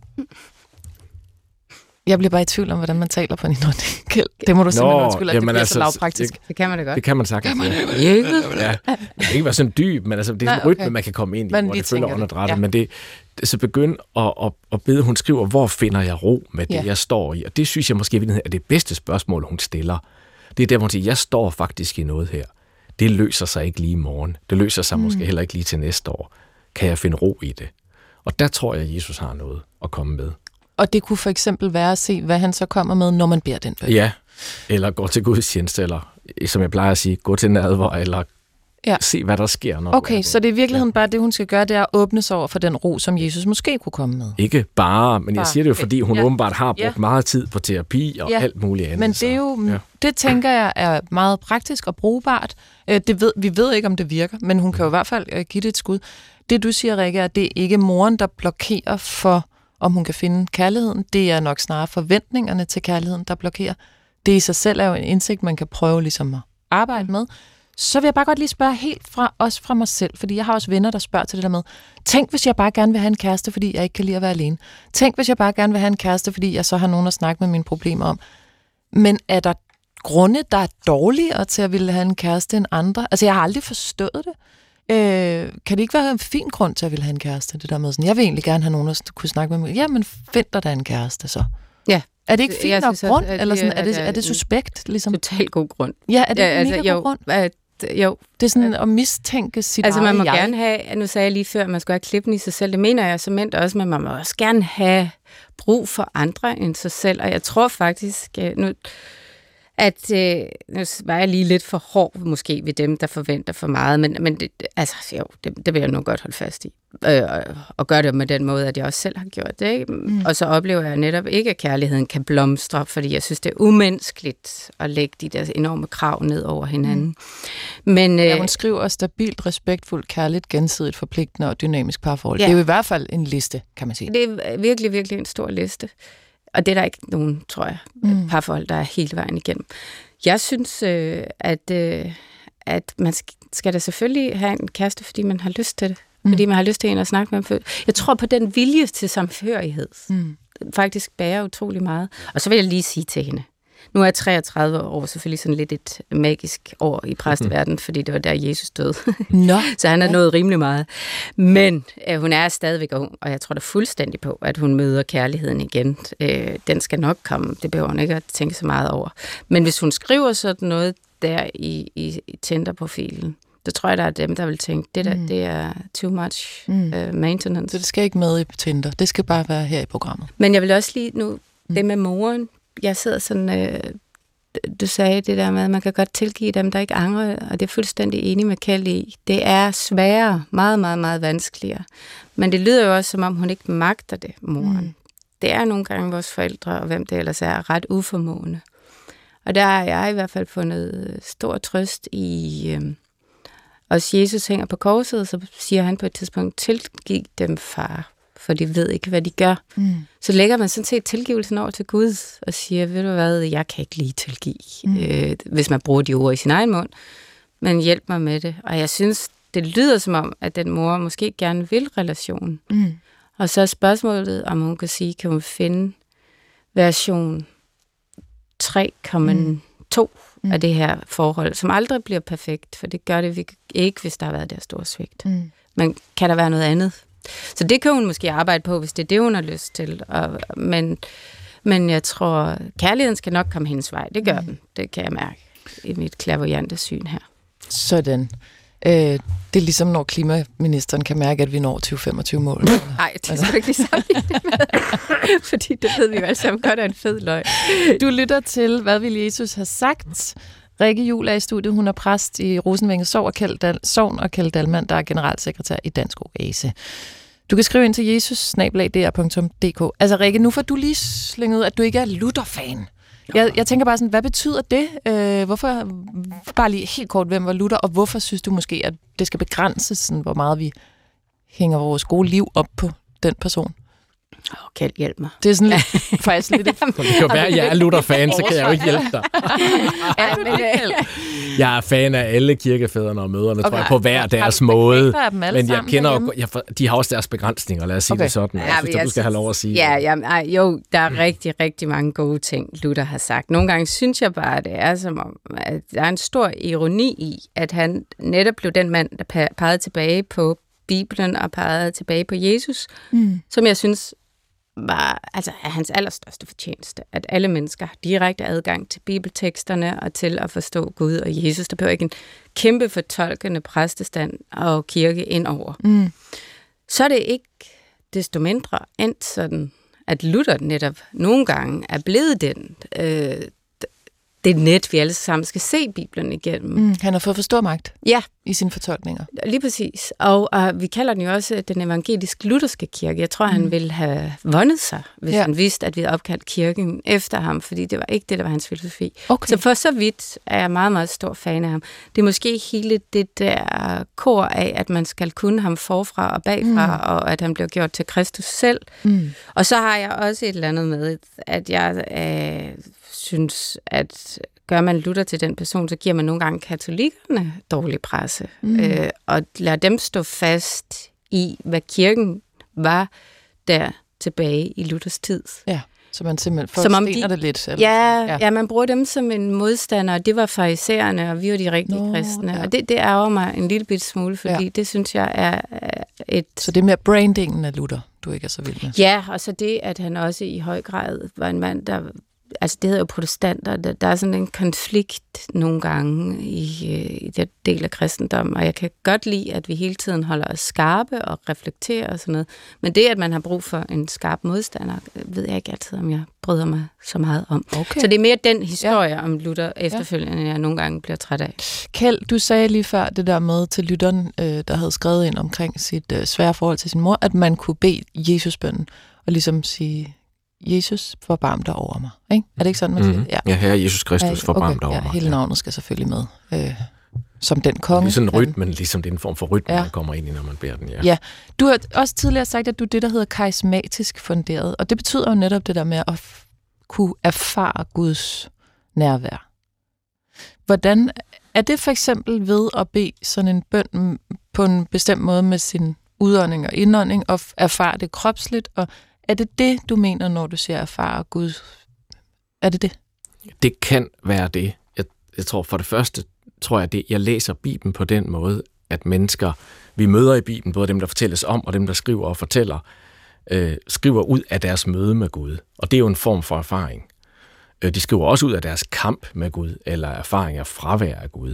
Jeg bliver bare i tvivl om, hvordan man taler på en indånding. Det må du simpelthen undskylde, at det bliver altså, så lavpraktisk. Det, det kan man da godt. Det kan man sagtens. Kan man ja. Ja. Ja. Det kan ikke være sådan dyb, men altså, det er sådan en rytme, okay. man kan komme ind i, men hvor det følger åndedrættet. Ja. Men det, det, så begynd at, at, at bede, hun skriver, hvor finder jeg ro med det, ja. jeg står i? Og det synes jeg måske er det bedste spørgsmål, hun stiller. Det er der, hvor hun siger, jeg står faktisk i noget her. Det løser sig ikke lige i morgen. Det løser sig mm. måske heller ikke lige til næste år. Kan jeg finde ro i det? Og der tror jeg, at Jesus har noget at komme med. Og det kunne for eksempel være at se, hvad han så kommer med, når man beder den bøn. Ja, eller gå til gudstjeneste, eller som jeg plejer at sige, gå til nadver, eller ja. se, hvad der sker. Når okay, så det er i virkeligheden ja. bare det, hun skal gøre, det er at åbne sig over for den ro, som Jesus måske kunne komme med. Ikke bare, men bare. jeg siger det jo, fordi hun ja. åbenbart har brugt ja. meget tid på terapi og ja. alt muligt andet. Men det er jo, ja. det tænker jeg er meget praktisk og brugbart. Det ved, vi ved ikke, om det virker, men hun kan jo i hvert fald give det et skud. Det du siger, Rikke, er, at det er ikke moren, der blokerer for om hun kan finde kærligheden. Det er nok snarere forventningerne til kærligheden, der blokerer. Det i sig selv er jo en indsigt, man kan prøve ligesom at arbejde med. Så vil jeg bare godt lige spørge helt fra os fra mig selv, fordi jeg har også venner, der spørger til det der med, tænk, hvis jeg bare gerne vil have en kæreste, fordi jeg ikke kan lide at være alene. Tænk, hvis jeg bare gerne vil have en kæreste, fordi jeg så har nogen at snakke med mine problemer om. Men er der grunde, der er dårligere til at ville have en kæreste end andre? Altså, jeg har aldrig forstået det. Øh, kan det ikke være en fin grund til at ville have en kæreste? Det der med sådan, jeg vil egentlig gerne have nogen, der kunne snakke med mig. Ja, men find dig da en kæreste så. Ja. Er det ikke fint jeg nok synes, grund? at, eller sådan, at, er, det, at, er det suspekt? Ligesom? Totalt god grund. Ja, er det ja, en altså, mega jo, god grund? At, jo. Det er sådan at mistænke sit altså, man må jeg. gerne have, nu sagde jeg lige før, at man skulle have klippen i sig selv. Det mener jeg som også, men man må også gerne have brug for andre end sig selv. Og jeg tror faktisk, nu... at øh, nu var jeg lige lidt for hård måske ved dem, der forventer for meget, men, men det, altså, jo, det, det vil jeg nu godt holde fast i. Øh, og, og gøre det med den måde, at jeg også selv har gjort det. Ikke? Mm. Og så oplever jeg netop ikke, at kærligheden kan blomstre, fordi jeg synes, det er umenneskeligt at lægge de der enorme krav ned over hinanden. Mm. Men, øh, ja, hun skriver stabilt, respektfuldt, kærligt, gensidigt, forpligtende og dynamisk parforhold. Ja. Det er jo i hvert fald en liste, kan man sige. Det er virkelig, virkelig en stor liste. Og det er der ikke nogen, tror jeg, mm. parforhold, der er hele vejen igennem. Jeg synes, øh, at, øh, at man skal da selvfølgelig have en kæreste, fordi man har lyst til det. Mm. Fordi man har lyst til en at snakke med ham. Jeg tror på den vilje til samhørighed. Mm. Faktisk bærer utrolig meget. Og så vil jeg lige sige til hende. Nu er jeg treogtredive år, selvfølgelig sådan lidt et magisk år i præsteverdenen, fordi det var der, Jesus døde. Nå. Så han har ja. nået rimelig meget. Men øh, hun er stadigvæk ung, og jeg tror da fuldstændig på, at hun møder kærligheden igen. Øh, den skal nok komme. Det behøver hun ikke at tænke så meget over. Men hvis hun skriver sådan noget der i, i, i Tinder-profilen, så tror jeg, der er dem, der vil tænke, det der, mm. det er too much mm. uh, maintenance. Så det skal ikke med i Tinder. Det skal bare være her i programmet. Men jeg vil også lige nu, mm. det med moren, jeg sidder sådan, øh, du sagde det der med, at man kan godt tilgive dem, der ikke angrer, og det er fuldstændig enig med Kjeld i. Det er sværere, meget, meget, meget vanskeligere. Men det lyder jo også, som om hun ikke magter det, moren. Mm. Det er nogle gange vores forældre, og hvem det ellers er, ret uformående. Og der har jeg i hvert fald fundet stor trøst i, øh, også Jesus hænger på korset, så siger han på et tidspunkt, tilgiv dem, far, for de ved ikke, hvad de gør. Mm. Så lægger man sådan set tilgivelsen over til Gud, og siger, ved du hvad, jeg kan ikke lige tilgive, mm. øh, hvis man bruger de ord i sin egen mund, men hjælp mig med det. Og jeg synes, det lyder som om, at den mor måske gerne vil relationen. Mm. Og så er spørgsmålet, om hun kan sige, kan hun finde version tre komma to mm. af det her forhold, som aldrig bliver perfekt, for det gør det ikke, hvis der har været der store svigt. Mm. Men kan der være noget andet? Så det kan hun måske arbejde på, hvis det er det, hun har lyst til. Og, men, men jeg tror, kærligheden skal nok komme hendes vej. Det gør mm. den. Det kan jeg mærke i mit clairvoyante syn her. Sådan. Øh, det er ligesom, når klimaministeren kan mærke, at vi når tyve femogtyve-mål. Nej, det skal du ikke lige sammenligne det med. Fordi det ved vi jo alle sammen godt er en fed løg. Du lytter til, hvad vil Jesus have sagt? Rikke Juhl er i studiet. Hun er præst i Rosenvinge Sogn og Kjeld Dalman, der er generalsekretær i Dansk Oase. Du kan skrive ind til jesus snabel-a d r punktum d k. Altså Rikke, nu får du lige slynget ud, at du ikke er Luther-fan. Jeg, jeg tænker bare sådan, hvad betyder det? Øh, hvorfor, bare lige helt kort, hvem var Luther, og hvorfor synes du måske, at det skal begrænses, sådan, hvor meget vi hænger vores gode liv op på den person? Åh, oh, Kjeld, hjælp mig. Det er sådan lidt, faktisk lidt... Det kan jo være, at jeg er Luther-fan, så kan jeg jo ikke hjælpe dig. Er du det? Jeg er fan af alle kirkefædrene og mødrene, okay. tror jeg, på hver deres har måde. Men jeg kender jo, jeg, de har også deres begrænsninger, lad os sige okay. det sådan. Jeg ja, synes, jeg du skal have lov at sige ja, ja, ej, jo, der er mm. rigtig, rigtig mange gode ting, Luther har sagt. Nogle gange synes jeg bare, at det er som om, at der er en stor ironi i, at han netop blev den mand, der pegede tilbage på Bibelen og pegede tilbage på Jesus, mm. som jeg synes var altså hans allerstørste fortjeneste, at alle mennesker har direkte adgang til bibelteksterne og til at forstå Gud og Jesus. Der behøver ikke en kæmpe fortolkende præstestand og kirke indover. Mm. Så er det ikke desto mindre endt sådan, at Luther netop nogle gange er blevet den, øh, det net, vi alle sammen skal se Bibelen igennem. Mm, han har fået for stor magt ja. i sine fortolkninger. Lige præcis. Og uh, vi kalder den jo også den evangelisk-lutherske kirke. Jeg tror, mm. han ville have vundet sig, hvis ja. han vidste, at vi havde opkaldt kirken efter ham, fordi det var ikke det, der var hans filosofi. Okay. Så for så vidt er jeg meget, meget stor fan af ham. Det er måske hele det der kor af, at man skal kunne ham forfra og bagfra, mm. og at han blev gjort til Kristus selv. Mm. Og så har jeg også et eller andet med, at jeg øh, synes, at gør man Luther til den person, så giver man nogle gange katolikkerne dårlig presse. Mm. Øh, og lader dem stå fast i, hvad kirken var der tilbage i Luthers tid. Ja, så man simpelthen forstener de, det lidt. Eller? Ja, ja. ja, man bruger dem som en modstander, og det var farisæerne, og vi var de rigtige Nå, kristne. Ja. Og det, det ærger mig en lille bit smule, fordi ja. det synes jeg er et... Så det er mere brandingen af Luther, du ikke er så vild med? Ja, og så det, at han også i høj grad var en mand, der... Altså, det hedder jo protestanter. Der, der er sådan en konflikt nogle gange i, i den del af kristendommen, og jeg kan godt lide, at vi hele tiden holder os skarpe og reflekterer og sådan noget. Men det, at man har brug for en skarp modstander, ved jeg ikke altid, om jeg bryder mig så meget om. Okay. Så det er mere den historie ja. om Luther efterfølgende, ja. jeg nogle gange bliver træt af. Kjeld, du sagde lige før det der med til lytteren, øh, der havde skrevet ind omkring sit øh, svære forhold til sin mor, at man kunne bede Jesusbønnen og ligesom sige... Jesus, forbarm dig over mig. Ikke? Er det ikke sådan, man siger? Mm-hmm. Ja. ja, Herre Jesus Kristus, forbarm dig over ja, mig. Hele navnet skal selvfølgelig med. Øh, som den konge. Det er sådan en rytme, ligesom det er en form for rytme, ja. man kommer ind i, når man beder den. Ja. ja. Du har også tidligere sagt, at du er det, der hedder karismatisk funderet. Og det betyder jo netop det der med at f- kunne erfare Guds nærvær. Hvordan er det for eksempel ved at bede sådan en bøn på en bestemt måde med sin udånding og indånding, og erfare det kropsligt, og er det det, du mener, når du siger erfare Gud? Er det det? Det kan være det. Jeg, jeg tror for det første, tror jeg, det, jeg læser Bibelen på den måde, at mennesker, vi møder i Bibelen, både dem, der fortælles om, og dem, der skriver og fortæller, øh, skriver ud af deres møde med Gud. Og det er jo en form for erfaring. Øh, de skriver også ud af deres kamp med Gud, eller erfaring af fravær af Gud.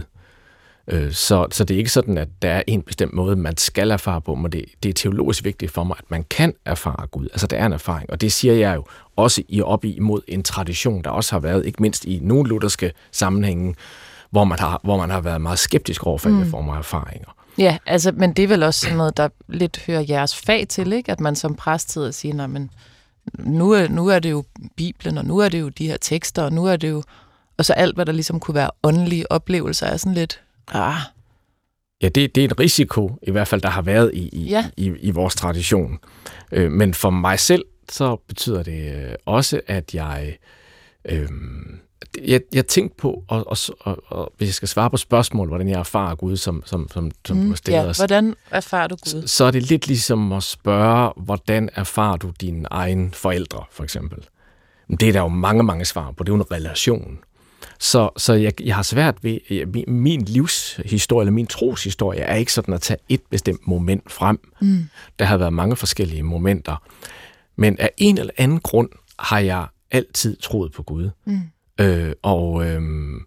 Så, så det er ikke sådan, at der er en bestemt måde, man skal erfare på, men det, det er teologisk vigtigt for mig, at man kan erfare Gud. Altså, der er en erfaring, og det siger jeg jo også i op imod en tradition, der også har været, ikke mindst i nogle lutherske sammenhænge, hvor man har, hvor man har været meget skeptisk over for mm. former af erfaringer. Ja, altså, men det er vel også sådan noget, der lidt hører jeres fag til, ikke? At man som præst sidder og siger, nej, men nu er, nu er det jo Bibelen, og nu er det jo de her tekster, og nu er det jo... Og så alt, hvad der ligesom kunne være åndelige oplevelser, er sådan lidt... Ah. Ja, det, det er en risiko, i hvert fald, der har været i, i, ja. i, i vores tradition. Øh, men for mig selv, så betyder det øh, også, at jeg... Øh, jeg, jeg tænkte på, og, og, og, og hvis jeg skal svare på spørgsmål, hvordan jeg erfarer Gud, som, som, som, som mm, du har stillet ja, os. Hvordan erfarer du Gud? Så, så er det lidt ligesom at spørge, hvordan erfarer du dine egne forældre, for eksempel. Det er der jo mange, mange svar på. Det er jo en relation. Så, så jeg, jeg har svært ved, min, min livshistorie, eller min troshistorie, er ikke sådan at tage et bestemt moment frem. Mm. Der har været mange forskellige momenter. Men af en eller anden grund har jeg altid troet på Gud. Mm. Øh, og øh,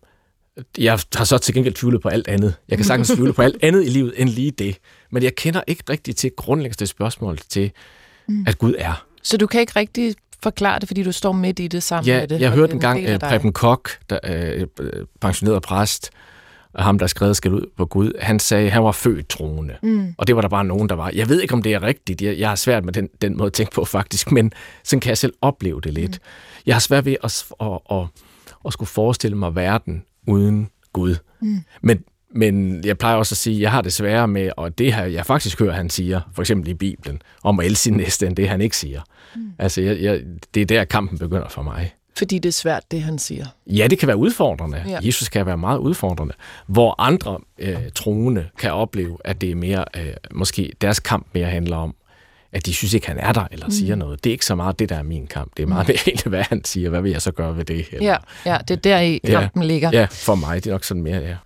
jeg har så til gengæld tvivlet på alt andet. Jeg kan sagtens tvivle på alt andet i livet end lige det. Men jeg kender ikke rigtig til grundlæggende spørgsmål til, mm. at Gud er. Så du kan ikke rigtig forklare det, fordi du står midt i det sammen ja, med det? jeg hørte en gang uh, Preben Koch, der, uh, pensioneret præst, ham der skrev skal ud på Gud, han sagde, at han var født troende. Mm. Og det var der bare nogen, der var. Jeg ved ikke, om det er rigtigt. Jeg, jeg har svært med den, den måde at tænke på faktisk, men sådan kan jeg selv opleve det lidt. Mm. Jeg har svært ved at, at, at, at, at skulle forestille mig verden uden Gud. Mm. Men, men jeg plejer også at sige, at jeg har det sværere med, og det her, jeg faktisk hører, han siger, for eksempel i Bibelen, om at elske sin næste, end det han ikke siger. Mm. Altså, jeg, jeg, det er der, kampen begynder for mig. Fordi det er svært, det han siger. Ja, det kan være udfordrende. Ja. Jesus kan være meget udfordrende. Hvor andre øh, troende kan opleve, at det er mere, øh, måske deres kamp mere handler om, at de synes ikke, han er der, eller mm. siger noget. Det er ikke så meget det, der er min kamp. Det er meget mere mm. hvad han siger. Hvad vil jeg så gøre ved det? Eller? Ja, ja, det er der i kampen ja, ligger. Ja, for mig. Det er nok sådan mere, ja.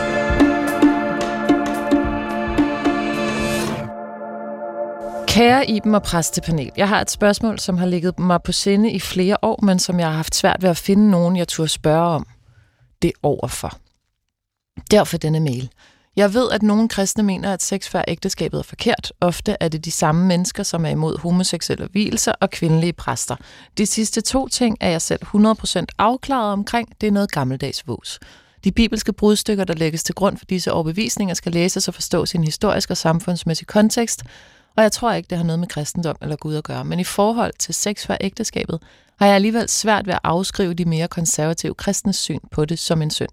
Kære Iben og præstepanel, jeg har et spørgsmål, som har ligget mig på sinde i flere år, men som jeg har haft svært ved at finde nogen, jeg turde spørge om. Det overfor. Derfor denne mail. Jeg ved, at nogle kristne mener, at sex før ægteskabet er forkert. Ofte er det de samme mennesker, som er imod homoseksuelle vielser og kvindelige præster. De sidste to ting er jeg selv hundrede procent afklaret omkring. Det er noget gammeldags vås. De bibelske brudstykker, der lægges til grund for disse overbevisninger, skal læses og forstås i en historisk og samfundsmæssig kontekst, og jeg tror ikke, det har noget med kristendom eller Gud at gøre. Men i forhold til sex før ægteskabet, har jeg alligevel svært ved at afskrive de mere konservative kristnes syn på det som en synd.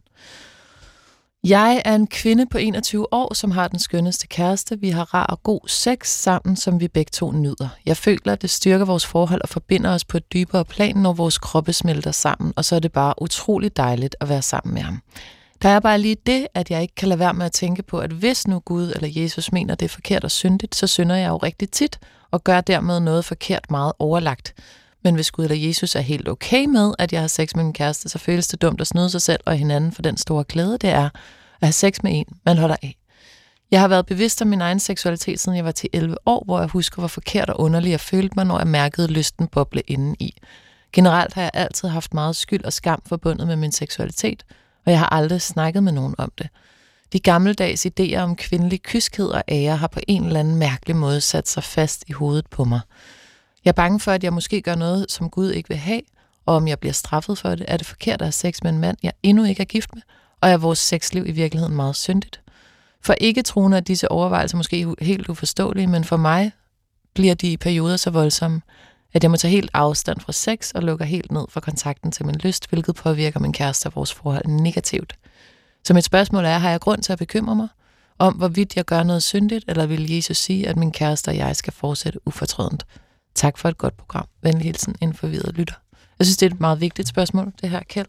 Jeg er en kvinde på enogtyve år, som har den skønneste kæreste. Vi har rar og god sex sammen, som vi begge to nyder. Jeg føler, at det styrker vores forhold og forbinder os på et dybere plan, når vores kroppe smelter sammen, og så er det bare utroligt dejligt at være sammen med ham. Der er bare lige det, at jeg ikke kan lade være med at tænke på, at hvis nu Gud eller Jesus mener, det er forkert og syndigt, så synder jeg jo rigtig tit og gør dermed noget forkert meget overlagt. Men hvis Gud eller Jesus er helt okay med, at jeg har sex med min kæreste, så føles det dumt at snyde sig selv og hinanden for den store glæde, det er at have sex med en, man holder af. Jeg har været bevidst om min egen seksualitet, siden jeg var til elleve år, hvor jeg husker, hvor forkert og underlig jeg følte mig, når jeg mærkede lysten boble indeni. Generelt har jeg altid haft meget skyld og skam forbundet med min seksualitet, og jeg har aldrig snakket med nogen om det. De gammeldags idéer om kvindelig kyskhed og ære har på en eller anden mærkelig måde sat sig fast i hovedet på mig. Jeg er bange for, at jeg måske gør noget, som Gud ikke vil have, og om jeg bliver straffet for det, er det forkert at have sex med en mand, jeg endnu ikke er gift med, og er vores sexliv i virkeligheden meget syndigt. For ikke troende er disse overvejelser måske helt uforståelige, men for mig bliver de i perioder så voldsomme, at jeg må tage helt afstand fra sex og lukker helt ned for kontakten til min lyst, hvilket påvirker min kæreste og vores forhold negativt. Så mit spørgsmål er, har jeg grund til at bekymre mig om, hvorvidt jeg gør noget syndigt, eller vil Jesus sige, at min kæreste og jeg skal fortsætte ufortrødent? Tak for et godt program. Venlig hilsen, en forvirret lytter. Jeg synes, det er et meget vigtigt spørgsmål, det her, Kjeld.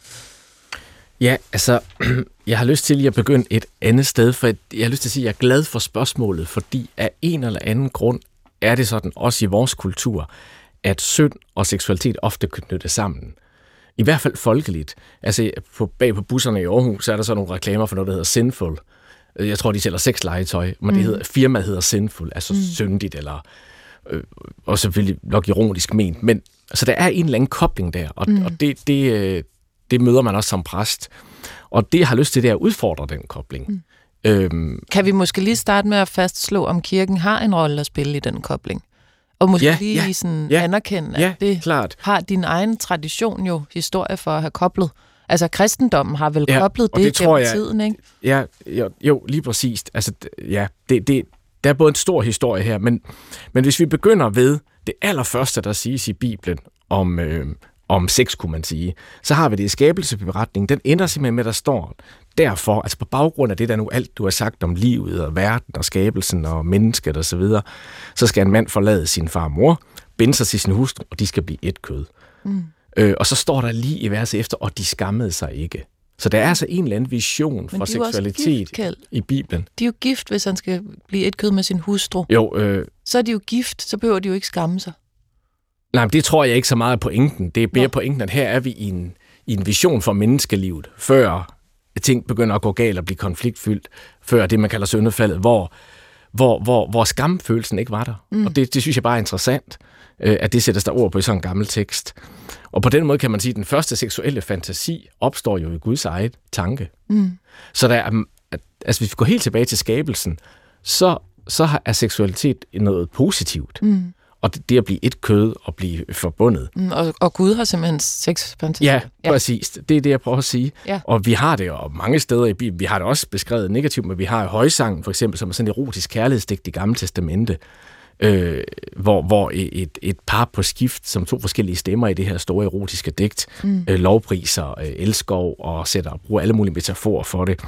Ja, altså, jeg har lyst til lige at begynde et andet sted, for jeg har lyst til at sige, at jeg er glad for spørgsmålet, fordi af en eller anden grund er det sådan, også i vores kultur, at synd og seksualitet ofte kan knytte sammen. I hvert fald folkeligt. Altså, på, bag på busserne i Aarhus, så er der så nogle reklamer for noget, der hedder Sinful. Jeg tror, de sælger sexlegetøj, men mm. det hedder, firmaet hedder Sinful, altså mm. syndigt, eller øh, og selvfølgelig nok ironisk ment. Men, så der er en eller anden kobling der, og, mm. og det, det, øh, det møder man også som præst. Og det, jeg har lyst til, det er at udfordre den kobling. Mm. Øhm, kan vi måske lige starte med at fastslå, om kirken har en rolle at spille i den kobling? Og måske ja, lige ja, sådan ja, anerkende, at ja, det klart. Har din egen tradition jo historie for at have koblet. Altså kristendommen har vel ja, koblet det, det gennem jeg, tiden, ikke? Ja, jo, jo, lige præcis. Altså, ja, det, det, der er både en stor historie her, men, men hvis vi begynder ved det allerførste, der siges i Bibelen om, øh, om sex, kunne man sige, så har vi det i skabelsesberetningen. Den ender simpelthen med, der står derfor, altså på baggrund af det, der nu alt, du har sagt om livet og verden og skabelsen og mennesket og så videre, så skal en mand forlade sin far og mor, binde sig til sin hustru, og de skal blive et kød. Mm. Øh, og så står der lige i verset efter, og de skammede sig ikke. Så der er altså en eller anden vision for seksualitet gift, i Bibelen. De er jo gift, hvis han skal blive et kød med sin hustru. Jo, øh, så er de jo gift, så behøver de jo ikke skamme sig. Nej, men det tror jeg ikke så meget på pointen. Det er mere pointen, at her er vi i en, i en vision for menneskelivet, før ting begynder at gå galt og blive konfliktfyldt, før det, man kalder syndefaldet, hvor, hvor, hvor, hvor skamfølelsen ikke var der. Mm. Og det, det synes jeg bare er interessant, at det sættes der ord på i sådan en gammel tekst. Og på den måde kan man sige, at den første seksuelle fantasi opstår jo i Guds eget tanke. Mm. Så der er, altså hvis vi går helt tilbage til skabelsen, så, så er seksualitet noget positivt. Mm. Og det, det at blive et kød og blive forbundet. Mm, og, og Gud har simpelthen sexfantasi. Ja, ja, præcis. Det er det, jeg prøver at sige. Ja. Og vi har det jo mange steder i Bibelen. Vi har det også beskrevet negativt, men vi har højsangen for eksempel, som er sådan en erotisk kærlighedsdigt i Gamle Testamente, øh, hvor, hvor et, et par på skift, som to forskellige stemmer i det her store erotiske digt, mm. øh, lovpriser, øh, elskov og sætter bruger alle mulige metaforer for det.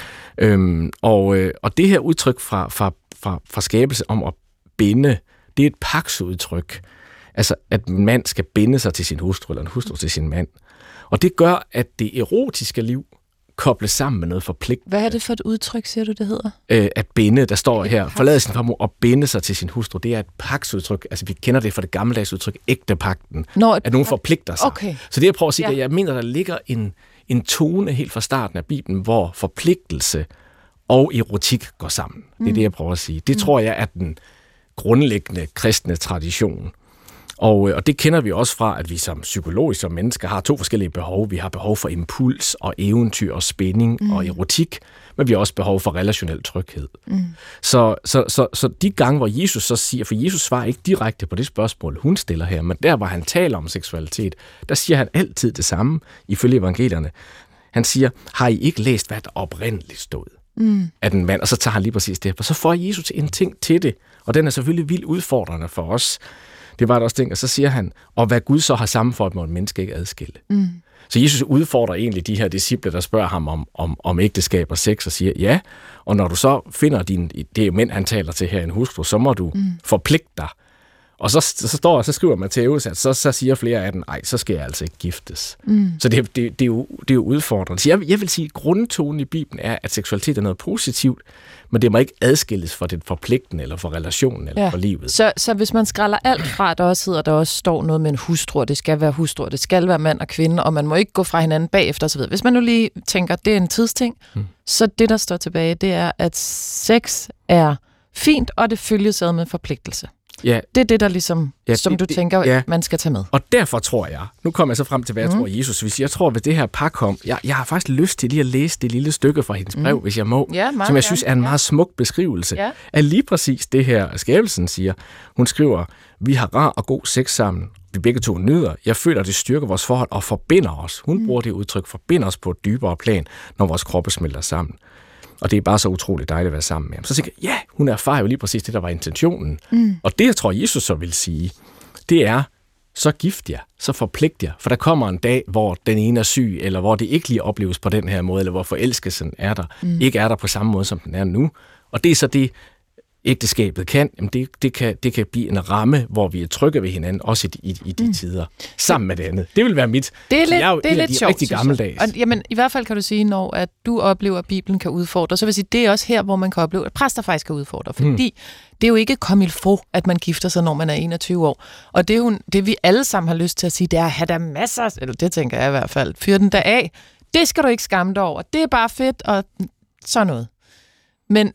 Øhm, og, øh, og det her udtryk fra, fra, fra, fra skabelse om at binde, det er et paksudtryk. Altså, at en mand skal binde sig til sin hustru, eller en hustru til sin mand. Og det gør, at det erotiske liv kobles sammen med noget forpligtende. Hvad er det for et udtryk, siger du, det hedder? Øh, at binde, der står her, forlade sin farmor og binde sig til sin hustru. Det er et paksudtryk. Altså, vi kender det fra det gammeldags udtryk, ægtepagten. Nå, at nogen forpligter sig. Okay. Så det, jeg prøver at sige, ja. at jeg mener, der ligger en, en tone helt fra starten af Bibelen, hvor forpligtelse og erotik går sammen. Det er mm. det, jeg prøver at sige. Det mm. tror jeg er den grundlæggende kristne tradition. Og, og det kender vi også fra, at vi som psykologiske som mennesker har to forskellige behov. Vi har behov for impuls og eventyr og spænding mm. og erotik, men vi har også behov for relationel tryghed. Mm. Så, så, så, så de gange, hvor Jesus så siger, for Jesus svarer ikke direkte på det spørgsmål, hun stiller her, men der, hvor han taler om seksualitet, der siger han altid det samme, ifølge evangelierne. Han siger, har I ikke læst, hvad der oprindeligt stod mm. af den mand? Og så tager han lige præcis det. Og så får Jesus en ting til det, og den er selvfølgelig vildt udfordrende for os. Det var der også ting, og så siger han, og hvad Gud så har sammenføjet, må et menneske ikke adskille. Mm. Så Jesus udfordrer egentlig de her disciple, der spørger ham om, om, om ægteskab og sex, og siger, ja, og når du så finder din, det er mænd, han taler til her, en hustru, så må du mm. forpligte dig. Og så, så står og så skriver Matthæus, at så, så siger flere af dem, nej, så skal jeg altså ikke giftes. Mm. Så det, det, det, er jo, det er jo udfordrende. Så jeg, jeg vil sige, at grundtonen i Bibelen er, at seksualitet er noget positivt, men det må ikke adskilles fra det forpligtende, eller for relationen, eller ja. for livet. Så, så hvis man skræller alt fra, der også hedder, der også står noget med en hustru, det skal være hustru, det skal være mand og kvinde, og man må ikke gå fra hinanden bagefter osv. Hvis man nu lige tænker, det er en tidsting, mm. så det, der står tilbage, det er, at sex er fint, og det følges ad med forpligtelse. Ja. Det er det, der ligesom, ja, som det, du tænker, ja. man skal tage med. Og derfor tror jeg, nu kommer jeg så frem til, hvad jeg mm. tror, Jesus, hvis jeg tror, at det her par kom, jeg, jeg har faktisk lyst til lige at læse det lille stykke fra hendes brev, mm. hvis jeg må, ja, som jeg gerne. synes er en meget smuk beskrivelse ja. af lige præcis det her, skabelsen siger. Hun skriver, vi har rar og god sex sammen, vi begge to nyder, jeg føler, det styrker vores forhold og forbinder os. Hun mm. bruger det udtryk, forbinder os på et dybere plan, når vores kroppe smelter sammen. Og det er bare så utroligt dejligt at være sammen med ham. Så tænker jeg, ja, hun erfarer jo lige præcis det, der var intentionen. Mm. Og det, jeg tror, Jesus så vil sige, det er, så gift jer, så forpligt jer. For der kommer en dag, hvor den ene er syg, eller hvor det ikke lige opleves på den her måde, eller hvor forelskelsen er der, mm. ikke er der på samme måde, som den er nu. Og det er så det, ægteskabet kan, jamen det, det kan, det kan blive en ramme, hvor vi er trygge ved hinanden, også i, i, i de mm. tider, sammen med det andet. Det vil være mit. Det er lidt, jeg er jo det er lidt de sjovt, rigtig gammeldags. Og, jamen, i hvert fald kan du sige, når at du oplever, at Bibelen kan udfordre, så vil jeg sige, det er også her, hvor man kan opleve, at præster faktisk kan udfordre, fordi mm. det er jo ikke comme il faut, at man gifter sig, når man er enogtyve år. Og det, er jo, det vi alle sammen har lyst til at sige, det er at have der masser, eller det tænker jeg i hvert fald, fyr den der af. Det skal du ikke skamme dig over. Det er bare fedt, og sådan noget. Men,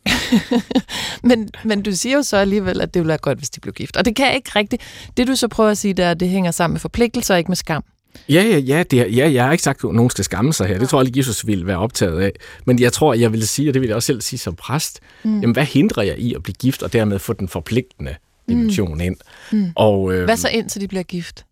men, men du siger jo så alligevel, at det ville være godt, hvis de blev gift. Og det kan jeg ikke rigtigt. Det du så prøver at sige, der, at det hænger sammen med forpligtelser, ikke med skam. Ja, ja, ja, det er, ja, jeg har ikke sagt, at nogen skal skamme sig her. Det tror jeg ikke, Jesus ville være optaget af. Men jeg tror, jeg vil sige, og det vil jeg også selv sige som præst, mm. jamen hvad hindrer jeg i at blive gift, og dermed få den forpligtende dimension mm. ind? Mm. Og, øh, hvad så indtil de bliver gift?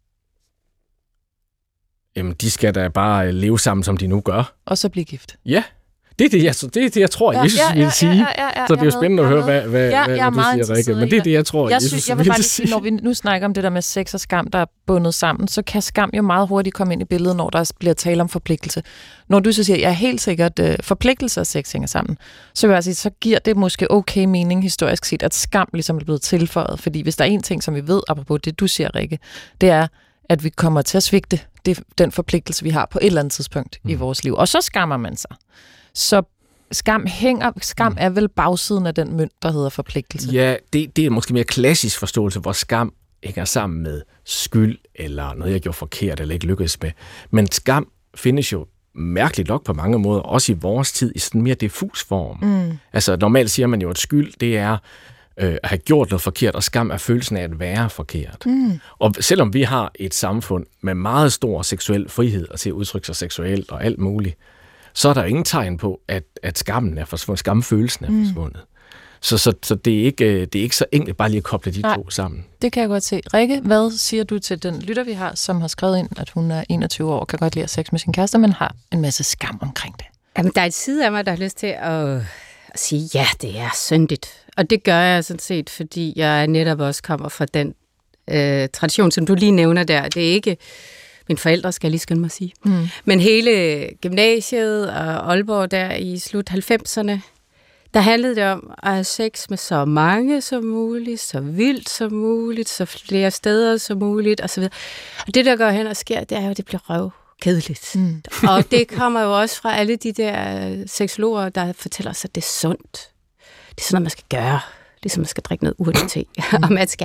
Jamen, de skal da bare leve sammen, som de nu gør. Og så blive gift? Ja. Det er det, jeg, det, er det, jeg tror, ja, Jesus ja, ja, ville sige. Ja, ja, ja, så det er jo spændende at høre, hvad, hvad, ja, hvad, hvad du siger, Rikke. Men det er det, jeg tror, jeg Jesus synes, jeg ville vil sige. Når vi nu snakker om det der med sex og skam, der er bundet sammen, så kan skam jo meget hurtigt komme ind i billedet, når der bliver tale om forpligtelse. Når du så siger, jeg er helt sikkert, at forpligtelse og sex hænger sammen, så vil jeg sige, så giver det måske okay mening historisk set, at skam ligesom er blevet tilføjet. Fordi hvis der er en ting, som vi ved, apropos det, du siger, Rikke, det er, at vi kommer til at svigte det, den forpligtelse, vi har på et eller andet tidspunkt mm. i vores liv. Og så skammer man sig. Så Skam hænger, skam er vel bagsiden af den mønt, der hedder forpligtelse. Ja, det, det er måske mere klassisk forståelse, hvor skam hænger sammen med skyld, eller noget, jeg gjorde forkert, eller ikke lykkedes med. Men skam findes jo mærkeligt nok på mange måder, også i vores tid, i sådan en mere diffus form. Mm. Altså, normalt siger man jo, at skyld, det er øh, at have gjort noget forkert, og skam er følelsen af at være forkert. Mm. Og selvom vi har et samfund med meget stor seksuel frihed, og til at udtrykke sig seksuelt og alt muligt, så er der ingen tegn på, at, at skammen er forsvundet, skamfølelsen er forsvundet. Mm. Så, så, så det, er ikke, det er ikke så enkelt bare lige at koble de Nej, to sammen. Det kan jeg godt se. Rikke, hvad siger du til den lytter, vi har, som har skrevet ind, at hun er enogtyve år og kan godt lide at sex med sin kæreste, men har en masse skam omkring det? Jamen, der er et side af mig, der har lyst til at, at sige, ja, det er syndigt. Og det gør jeg sådan set, fordi jeg netop også kommer fra den øh, tradition, som du lige nævner der. Det er ikke mine forældre, skal jeg lige skynde mig at sige. Mm. Men hele gymnasiet og Aalborg der i slut halvfemserne, der handlede det om at have sex med så mange som muligt, så vildt som muligt, så flere steder som muligt osv. Og det, der går hen og sker, det er jo, at det bliver røv. Kedeligt. Mm. Og det kommer jo også fra alle de der seksologer, der fortæller os, at det er sundt. Det er sådan noget, man skal gøre. Ligesom man skal drikke noget urte te. Mm. Og man skal.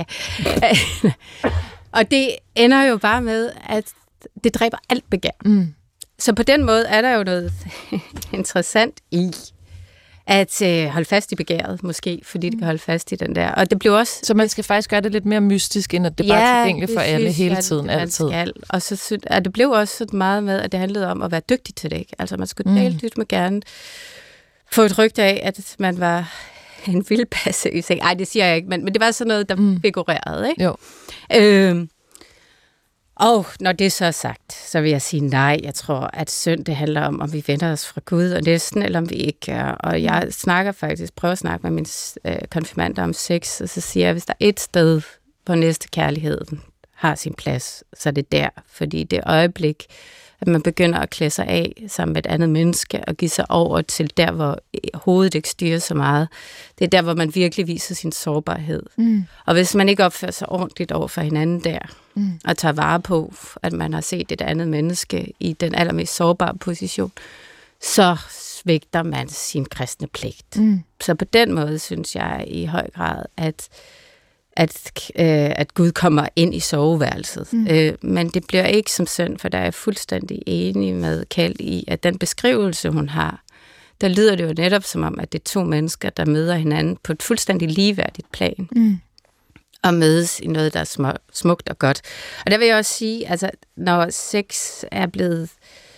Og det ender jo bare med, at det dræber alt begær. Mm. Så på den måde er der jo noget interessant i at øh, holde fast i begæret, måske, fordi det kan holde fast i den der. Og det blev også... Så man skal faktisk gøre det lidt mere mystisk, end at det ja, bare er tilgængeligt for alle hele jeg, tiden, altid. Skal. Og så synes, at det blev også så meget med, at det handlede om at være dygtig til det, ikke? Altså man skulle mm. delt med gerne få et rygte af, at man var en vildpassøs. Ej, det siger jeg ikke, men, men det var sådan noget, der mm. figurerede, ikke? Jo. Øhm, Og når det så er sagt, så vil jeg sige nej. Jeg tror, at synd, det handler om, om vi vender os fra Gud og næsten, eller om vi ikke gør. Og jeg snakker faktisk, prøver at snakke med mine øh, konfirmander om sex, og så siger jeg, hvis der er et sted, hvor næste kærligheden har sin plads, så er det der. Fordi det øjeblik, at man begynder at klæde sig af sammen med et andet menneske, og give sig over til der, hvor hovedet ikke styrer så meget, det er der, hvor man virkelig viser sin sårbarhed. Mm. Og hvis man ikke opfører sig ordentligt over for hinanden der, mm. og tager vare på, at man har set et andet menneske i den allermest sårbare position, så svigter man sin kristne pligt. Mm. Så på den måde synes jeg i høj grad, at At, øh, at Gud kommer ind i soveværelset. Mm. Øh, men det bliver ikke som synd, for der er jeg fuldstændig enig med Kald i, at den beskrivelse, hun har, der lyder det jo netop som om, at det er to mennesker, der møder hinanden på et fuldstændig ligeværdigt plan. Mm. Og mødes i noget, der er smukt og godt. Og der vil jeg også sige, altså, når sex er blevet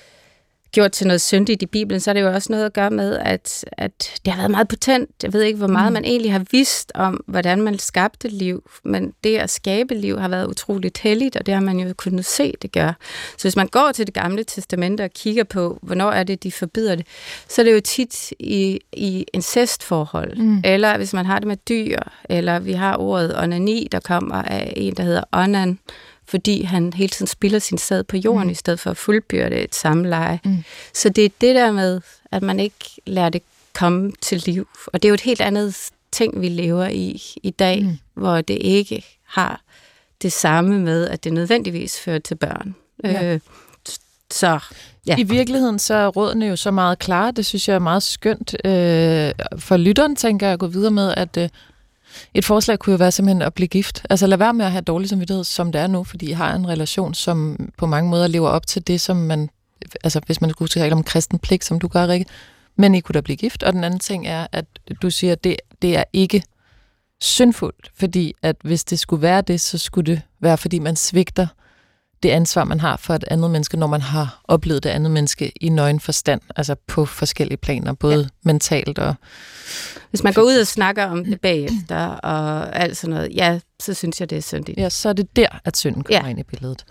gjort til noget syndigt i Bibelen, så er det jo også noget at gøre med, at, at det har været meget potent. Jeg ved ikke, hvor meget mm. man egentlig har vidst om, hvordan man skabte liv, men det at skabe liv har været utroligt helligt, og det har man jo kunnet se, det gør. Så hvis man går til det gamle testamente og kigger på, hvornår er det, de forbyder det, så er det jo tit i, i incestforhold, mm. eller hvis man har det med dyr, eller vi har ordet onani, der kommer af en, der hedder onan, fordi han hele tiden spilder sin sæd på jorden, mm. i stedet for at fuldbyrde et samleje. Mm. Så det er det der med, at man ikke lader det komme til liv. Og det er jo et helt andet ting, vi lever i i dag, mm. hvor det ikke har det samme med, at det nødvendigvis fører til børn. Ja. Øh, så, ja. I virkeligheden så er rådene jo så meget klare. Det synes jeg er meget skønt. Øh, for lytteren tænker jeg at gå videre med, at øh, et forslag kunne jo være simpelthen at blive gift. Altså lad være med at have dårlig samvittighed, som det er nu, fordi I har en relation, som på mange måder lever op til det, som man, altså hvis man skulle tale om kristen pligt, som du gør, Rikke, men I kunne da blive gift. Og den anden ting er, at du siger, at det, det er ikke syndfuldt, fordi at hvis det skulle være det, så skulle det være, fordi man svigter det ansvar, man har for et andet menneske, når man har oplevet det andet menneske i nøgen forstand, altså på forskellige planer, både ja. mentalt og... Hvis man går ud og snakker om det bagefter, og alt sådan noget, ja, så synes jeg, det er syndigt. Ja, så er det der, at synden kommer ja. ind i billedet.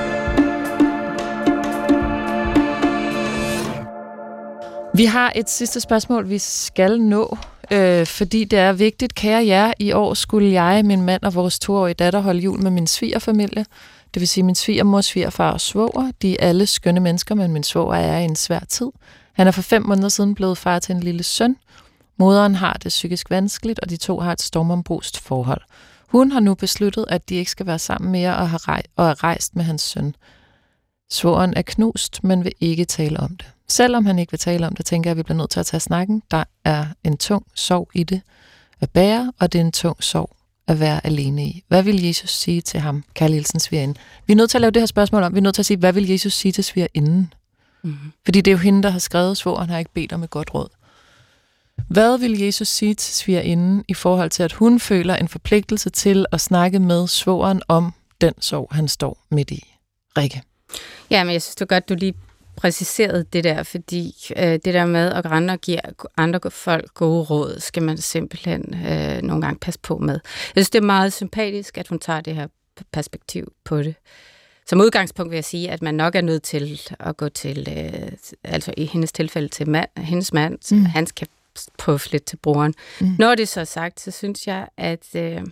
Vi har et sidste spørgsmål, vi skal nå, øh, fordi det er vigtigt. Kære jer, i år skulle jeg, min mand og vores toårige datter holde jul med min svigerfamilie. Det vil sige min svigermor, svigerfar og svoger. De er alle skønne mennesker, men min svoger er i en svær tid. Han er for fem måneder siden blevet far til en lille søn. Moderen har det psykisk vanskeligt, og de to har et stormombrust forhold. Hun har nu besluttet, at de ikke skal være sammen mere og, har rej- og er rejst med hans søn. Svogeren er knust, men vil ikke tale om det. Selvom han ikke vil tale om det, tænker jeg, at vi bliver nødt til at tage snakken. Der er en tung sorg i det at bære, og det er en tung sorg at være alene i. Hvad vil Jesus sige til ham, Kærlig Hilsen Svigerinden? Vi er nødt til at lave det her spørgsmål om. Vi er nødt til at sige, hvad vil Jesus sige til svigerinden? Mm-hmm. Fordi det er jo hende, der har skrevet, svogeren har ikke bedt om et godt råd. Hvad vil Jesus sige til svigerinden i forhold til, at hun føler en forpligtelse til at snakke med svogeren om den sorg, han står midt i? Rikke? Ja, men jeg synes det er godt, du lige præciseret det der, fordi øh, det der med at rende og give andre folk gode råd, skal man simpelthen øh, nogle gange passe på med. Jeg synes, det er meget sympatisk, at hun tager det her perspektiv på det. Som udgangspunkt vil jeg sige, at man nok er nødt til at gå til, øh, altså i hendes tilfælde til mand, hendes mand, så mm. han skal puffe lidt til broren. Mm. Når det så er sagt, så synes jeg, at, øh,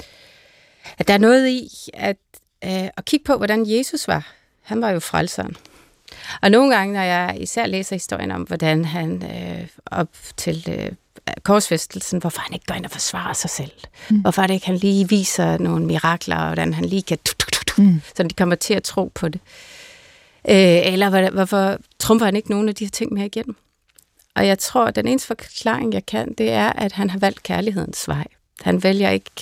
at der er noget i at, øh, at kigge på, hvordan Jesus var. Han var jo frelseren. Og nogle gange, når jeg især læser historien om, hvordan han øh, op til øh, korsfæstelsen, hvorfor han ikke går ind og forsvarer sig selv. Mm. Hvorfor det ikke han lige viser nogle mirakler, og hvordan han lige kan... Mm. Så de kommer til at tro på det. Øh, eller hvorfor trumfer han ikke nogen af de her ting med igennem? Og jeg tror, at den eneste forklaring, jeg kan, det er, at han har valgt kærlighedens vej. Han vælger ikke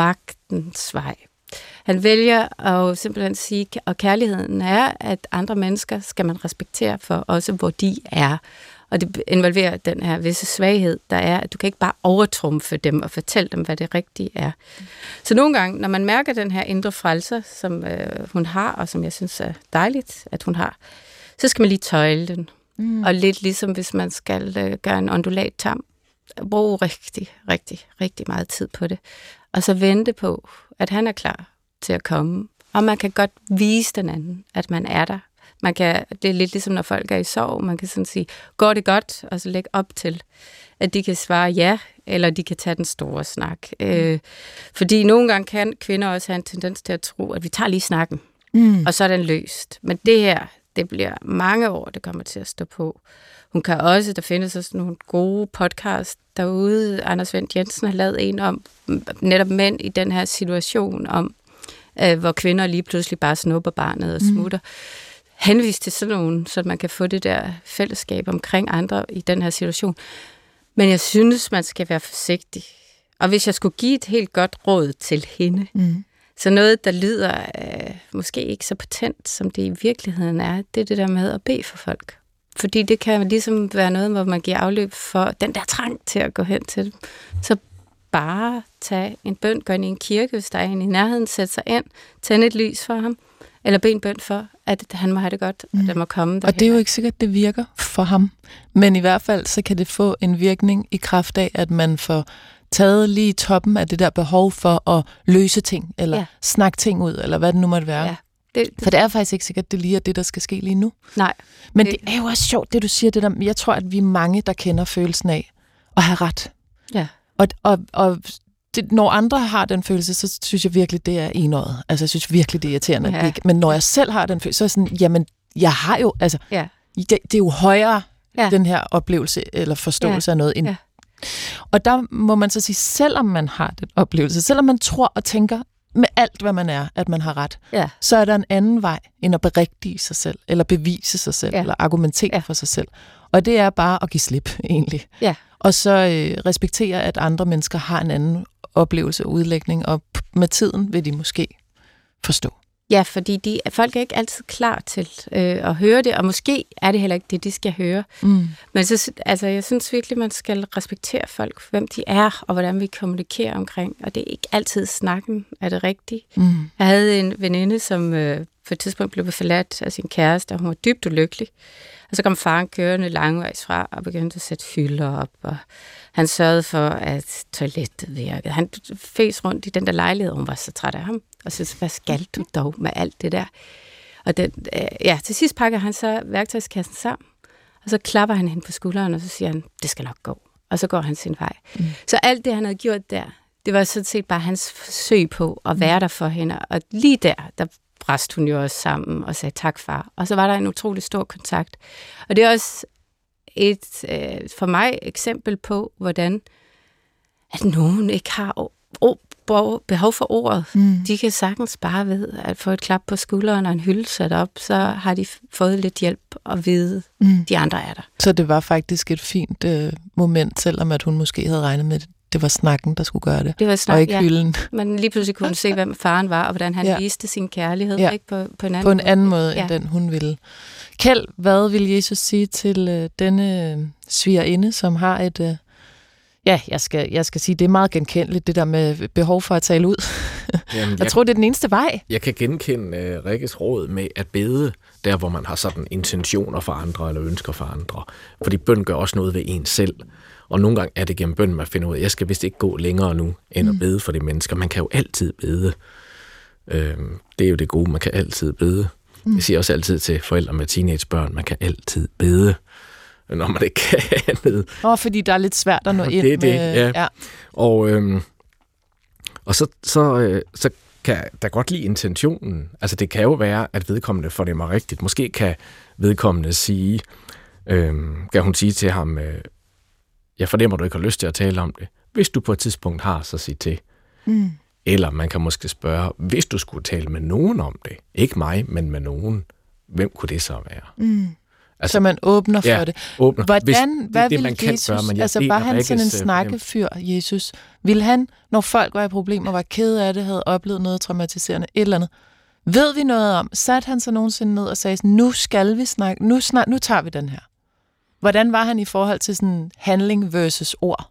magtens vej. Han vælger at simpelthen sige, og kærligheden er, at andre mennesker skal man respektere for, også hvor de er. Og det involverer den her visse svaghed, der er, at du kan ikke bare overtrumfe dem og fortælle dem, hvad det rigtige er. Mm. Så nogle gange, når man mærker den her indre frelser, som øh, hun har, og som jeg synes er dejligt, at hun har, så skal man lige tøjle den. Mm. Og lidt ligesom hvis man skal øh, gøre en ondulattam, bruge rigtig, rigtig, rigtig meget tid på det. Og så vente på, at han er klar til at komme. Og man kan godt vise den anden, at man er der. Man kan, det er lidt ligesom, når folk er i sorg. Man kan sådan sige, går det godt? Og så lægge op til, at de kan svare ja, eller de kan tage den store snak. Mm. Øh, fordi nogle gange kan kvinder også have en tendens til at tro, at vi tager lige snakken, mm. og så er den løst. Men det her, det bliver mange år, det kommer til at stå på. Hun kan også, der findes også nogle gode podcast derude. Anders Wendt Jensen har lavet en om netop mænd i den her situation, om øh, hvor kvinder lige pludselig bare snupper barnet og smutter. Mm. Henvis til sådan nogen, så man kan få det der fællesskab omkring andre i den her situation. Men jeg synes, man skal være forsigtig. Og hvis jeg skulle give et helt godt råd til hende, mm. så noget, der lyder øh, måske ikke så potent, som det i virkeligheden er, det er det der med at bede for folk. Fordi det kan ligesom være noget, hvor man giver afløb for den der trang til at gå hen til dem. Så bare tage en bøn, gå ind i en kirke, hvis der er en i nærheden, sætte sig ind, tænde et lys for ham, eller bede en bøn for, at han må have det godt, og mm. der må komme derhen. Og det er jo ikke sikkert, at det virker for ham. Men i hvert fald, så kan det få en virkning i kraft af, at man får taget lige toppen af det der behov for at løse ting, eller ja. snakke ting ud, eller hvad det nu måtte være. Ja. Det, det. For det er faktisk ikke sikkert, at det lige er det, der skal ske lige nu. Nej. Men det, det er jo også sjovt, det du siger, det der. Jeg tror, at vi er mange, der kender følelsen af at have ret. Ja. Og, og, og det, når andre har den følelse, så synes jeg virkelig, det er enøjet. Altså, jeg synes virkelig, det er irriterende. Ja. Ikke? Men når jeg selv har den følelse, så er jeg sådan, jamen, jeg har jo, altså, ja. det, det er jo højere, ja. den her oplevelse eller forståelse ja. af noget. End, ja. Og der må man så sige, selvom man har den oplevelse, selvom man tror og tænker med alt, hvad man er, at man har ret, ja. så er der en anden vej, end at berigtige sig selv, eller bevise sig selv, ja. eller argumentere ja. for sig selv. Og det er bare at give slip, egentlig. Ja. Og så øh, respektere, at andre mennesker har en anden oplevelse og udlægning, og med tiden vil de måske forstå. Ja, fordi de, folk er ikke altid klar til øh, at høre det, og måske er det heller ikke det, de skal høre. Mm. Men så, altså, jeg synes virkelig, man skal respektere folk, hvem de er, og hvordan vi kommunikerer omkring. Og det er ikke altid snakken er det rigtige. Mm. Jeg havde en veninde, som øh, for et tidspunkt blev forladt af sin kæreste, og hun var dybt ulykkelig. Og så kom faren kørende langvejs fra og begyndte at sætte fylder op, og han sørgede for, at toilettet virkede. Han fes rundt i den der lejlighed, og hun var så træt af ham. Og så hvad skal du dog med alt det der? Og den, øh, ja, til sidst pakker han så værktøjskassen sammen, og så klapper han hende på skulderen, og så siger han, det skal nok gå. Og så går han sin vej. Mm. Så alt det, han havde gjort der, det var sådan set bare hans forsøg på at være der for hende. Og lige der, der brast hun jo også sammen og sagde tak, far. Og så var der en utrolig stor kontakt. Og det er også et, øh, for mig, eksempel på, hvordan at nogen ikke har behov for ordet. Mm. De kan sagtens bare ved at få et klap på skulderen og en hylde sat op, så har de fået lidt hjælp og vide, mm. de andre er der. Så det var faktisk et fint øh, moment, selvom at hun måske havde regnet med det. Det var snakken, der skulle gøre det, det var snak, og ikke ja. hylden. Man lige pludselig kunne se, hvem faren var, og hvordan han ja. viste sin kærlighed ja. ikke? På, på en anden på en måde, anden måde ja. end den, hun ville. Kjeld, hvad vil Jesus sige til øh, denne øh, svigerinde, som har et, øh, Ja, jeg skal, jeg skal sige, det er meget genkendeligt, det der med behov for at tale ud. Jamen, jeg, jeg tror, det er den eneste vej. Jeg kan genkende uh, Rikkes råd med at bede, der hvor man har sådan intentioner for andre, eller ønsker for andre. Fordi bøn gør også noget ved en selv. Og nogle gange er det gennem bøn, man finder ud af, at jeg skal vist ikke gå længere nu, end mm. at bede for de mennesker. Man kan jo altid bede. Uh, det er jo det gode, man kan altid bede. Mm. Jeg siger også altid til forældre med teenagebørn, man kan altid bede, når man ikke kan andet. Åh, fordi der er lidt svært at nå ind det, det, med... Ja. Ja. Og, øhm, og så, så, øh, så kan der godt lide intentionen. Altså det kan jo være, at vedkommende fornemmer rigtigt. Måske kan vedkommende sige, øhm, kan hun sige til ham, øh, jeg fornemmer, du ikke har lyst til at tale om det. Hvis du på et tidspunkt har, så sig til. Mm. Eller man kan måske spørge, hvis du skulle tale med nogen om det, ikke mig, men med nogen, hvem kunne det så være? Mm. Altså, så man åbner ja, for det. Åbner. Hvordan, Hvis, hvad det, det, ville Jesus, gøre, men altså var han sådan en snakkefyr, Jesus? Ville han, når folk var i problemer, var kede af det, havde oplevet noget traumatiserende, et eller andet, ved vi noget om, satte han sig nogensinde ned og sagde, nu skal vi snakke, nu, snak, nu tager vi den her. Hvordan var han i forhold til sådan handling versus ord?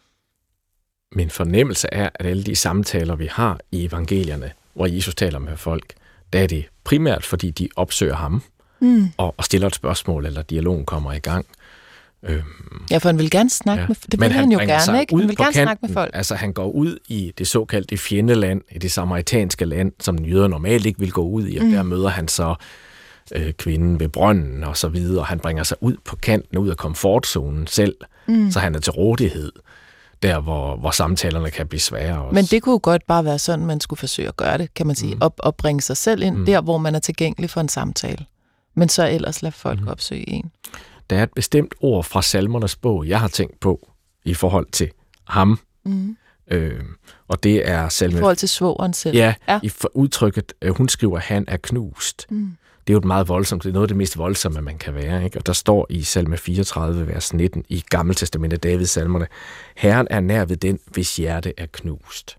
Min fornemmelse er, at alle de samtaler, vi har i evangelierne, hvor Jesus taler med folk, der er det primært, fordi de opsøger ham, mm. og, og stiller et spørgsmål, eller dialogen kommer i gang. Øhm, ja, for han vil gerne snakke ja. med det vil han, han jo gerne, ikke? Han vil gerne kanten. snakke med folk. Altså, han går ud i det såkaldte fjendeland, i det samaritanske land, som jøder normalt ikke vil gå ud i, og mm. der møder han så øh, kvinden ved brønden, og så videre, og han bringer sig ud på kanten, ud af komfortzonen selv, mm. så han er til rådighed. Der, hvor, hvor samtalerne kan blive svære også. Men det kunne jo godt bare være sådan, man skulle forsøge at gøre det, kan man sige. Mm. Op, og bringe sig selv ind mm. der, hvor man er tilgængelig for en samtale. Men så ellers lade folk mm. opsøge en. Der er et bestemt ord fra Salmernes bog, jeg har tænkt på i forhold til ham. Mm. Øh, og det er salme... I forhold til svogeren selv. Ja, ja. I udtrykket, hun skriver, han er knust. Mm. Det er jo et meget voldsomt, det er noget af det mest voldsomme, man kan være. Ikke? Og der står i salme fireogtredive, vers nitten, i Gamle Testamentet, Davids salmerne, Herren er nær ved den, hvis hjerte er knust.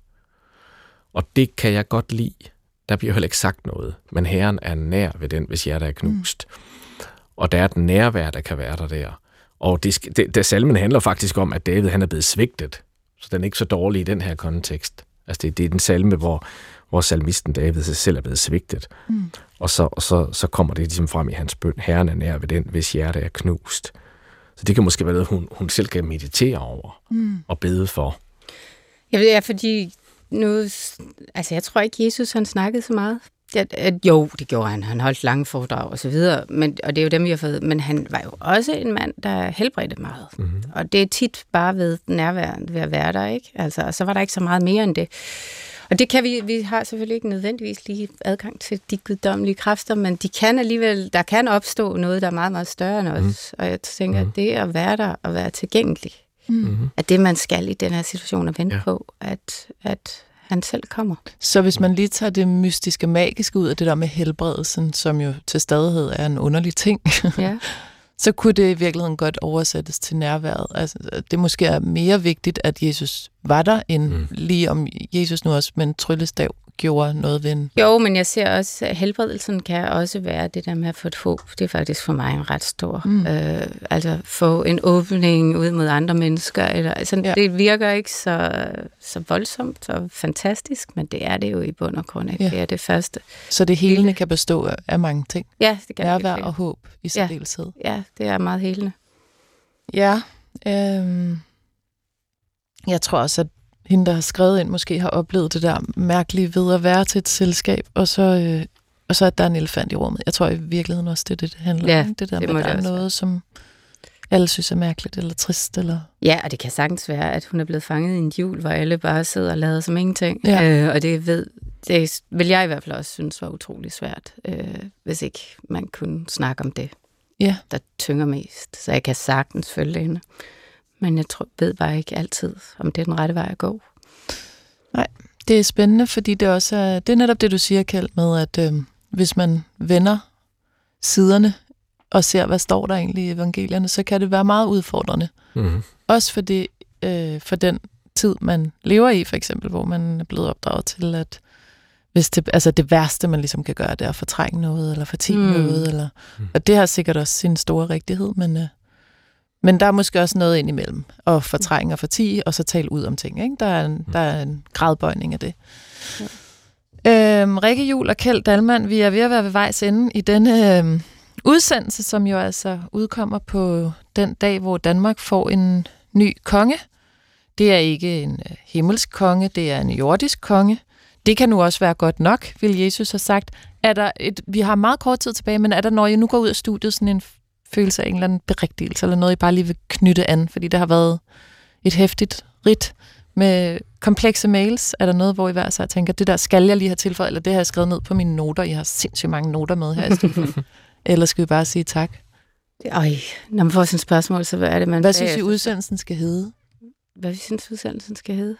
Og det kan jeg godt lide. Der bliver heller ikke sagt noget, men Herren er nær ved den, hvis hjerte er knust. Mm. Og der er et nærvær, der kan være der der. Og det, det, det, salmen handler faktisk om, at David han er blevet svigtet. Så den er ikke så dårlig i den her kontekst. Altså det, det er den salme, hvor hvor salmisten David sig selv er blevet svigtet. Mm. Og, så, og så, så kommer det ligesom frem i hans bøn, Herren er nær ved den, hvis hjerte er knust. Så det kan måske være noget, hun, hun selv kan meditere over mm. og bede for. Jeg ved, ja, fordi nu, altså jeg tror ikke, Jesus han snakkede så meget. Ja, jo, det gjorde han. Han holdt lange foredrag og så videre, men, og det er jo dem, vi har fået. Men han var jo også en mand, der helbredte meget. Mm-hmm. Og det er tit bare ved nærværet ved at være der, ikke? Altså, og så var der ikke så meget mere end det. Og det kan vi, vi har selvfølgelig ikke nødvendigvis lige adgang til de guddommelige kræfter, men de kan alligevel, der kan opstå noget, der er meget, meget større end os. Mm. Og jeg tænker, mm. at det at være der og være tilgængelig, mm. at det man skal i den her situation at vente ja. på, at, at han selv kommer. Så hvis man lige tager det mystiske, magiske ud af det der med helbredelsen, som jo til stadighed er en underlig ting, ja. så kunne det i virkeligheden godt oversættes til nærværet. Altså, det måske er mere vigtigt, at Jesus var der, end mm. lige om Jesus nu også med en tryllestav gjorde noget ved en... Jo, men jeg ser også, at helbredelsen kan også være det der med at få et håb. Det er faktisk for mig en ret stor... Mm. Øh, altså få en åbning ud mod andre mennesker. Eller, altså, ja. Det virker ikke så, så voldsomt og fantastisk, men det er det jo i bund og grund. Ikke? Ja. Det er det første. Så det helende kan bestå af mange ting? Ja, det kan det. Nærvær og håb i særdeleshed. Ja, ja, det er meget helende. Ja, øh... jeg tror også, at hende, der har skrevet ind, måske har oplevet det der mærkelige ved at være til et selskab, og så, øh, og så er der en elefant i rummet. Jeg tror i virkeligheden også, det er det, det handler ja, om. Det der det med, at der er noget, som alle synes er mærkeligt eller trist. Eller... Ja, og det kan sagtens være, at hun er blevet fanget i en jul, hvor alle bare sidder og lader som ingenting. Ja. Øh, og det, ved, det vil jeg i hvert fald også synes var utrolig svært, øh, hvis ikke man kunne snakke om det, ja. der tynger mest. Så jeg kan sagtens følge hende. Men jeg tror, ved bare ikke altid, om det er den rette vej at gå. Nej, det er spændende, fordi det også er, det er netop det, du siger, Kjeld, med at øh, hvis man vender siderne og ser, hvad står der egentlig i evangelierne, så kan det være meget udfordrende. Mm-hmm. Også for, det, øh, for den tid, man lever i, for eksempel, hvor man er blevet opdraget til, at hvis det, altså det værste, man ligesom kan gøre, det er at fortrænge noget, eller fortige mm. noget. Eller, mm. Og det har sikkert også sin store rigtighed, men... Øh, Men der er måske også noget ind imellem, at fortrænge og fortige, og så tale ud om ting. Ikke? Der, er en, der er en gradbøjning af det. Ja. Øhm, Rikke Juhl og Kjeld Dalman, vi er ved at være ved vejs ende i denne øhm, udsendelse, som jo altså udkommer på den dag, hvor Danmark får en ny konge. Det er ikke en øh, himmelsk konge, det er en jordisk konge. Det kan nu også være godt nok, vil Jesus have sagt. Er der et, vi har meget kort tid tilbage, men er der, når I nu går ud af studiet, sådan en følelse af en eller anden berigtigelse, eller noget, I bare lige vil knytte an, fordi der har været et hæftigt ridt med komplekse mails? Er der noget, hvor I hver sig tænker, det der skal jeg lige have tilføjet, eller det har jeg skrevet ned på mine noter? I har sindssygt mange noter med her i studiet. Eller skal vi bare sige tak? Øj, når man får sådan et spørgsmål, så hvad er det, man... Hvad synes I, udsendelsen skal hedde? Hvad synes udsendelsen skal hedde?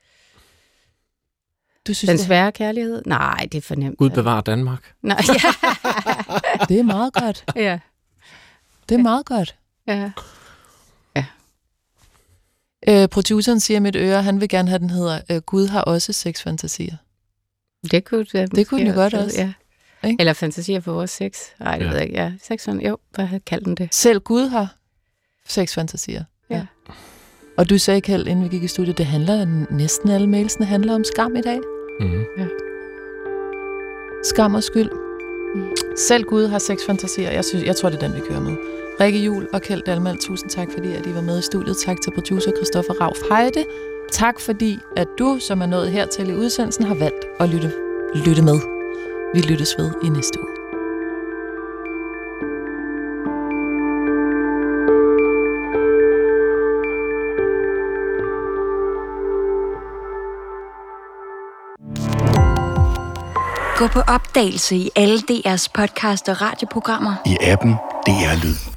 Du synes, Den svære kærlighed? Nej, det er for nemt. Gud bevarer Danmark. Nej, ja. Det er meget godt. Ja. Det er meget godt. Ja. Ja. Øh, produceren siger i mit øre, han vil gerne have, den hedder øh, Gud har også sexfantasier. Det kunne det, det kunne den jo godt også. Ja. Ikke? Eller fantasier for vores sex. Nej, det ja. ved jeg ikke. Ja, sexen, jo, hvad kaldte den det? Selv Gud har sexfantasier. Ja. Ja. Og du sagde, Kjeld, inden vi gik i studiet, det handler, næsten alle mailsene handler om skam i dag. Mm-hmm. Ja. Skam og skyld. Mm. Selv Gud har sexfantasier. Jeg, synes, jeg tror, det er den, vi kører med. Rikke Juhl og Kjeld Dalman, tusind tak, fordi at I var med i studiet. Tak til producer Christoffer Rauf Heide. Tak, fordi at du, som er nået hertil i udsendelsen, har valgt at lytte, lytte med. Vi lyttes ved i næste uge. Gå på opdagelse i alle D R's podcast og radioprogrammer. I appen D R Lyd.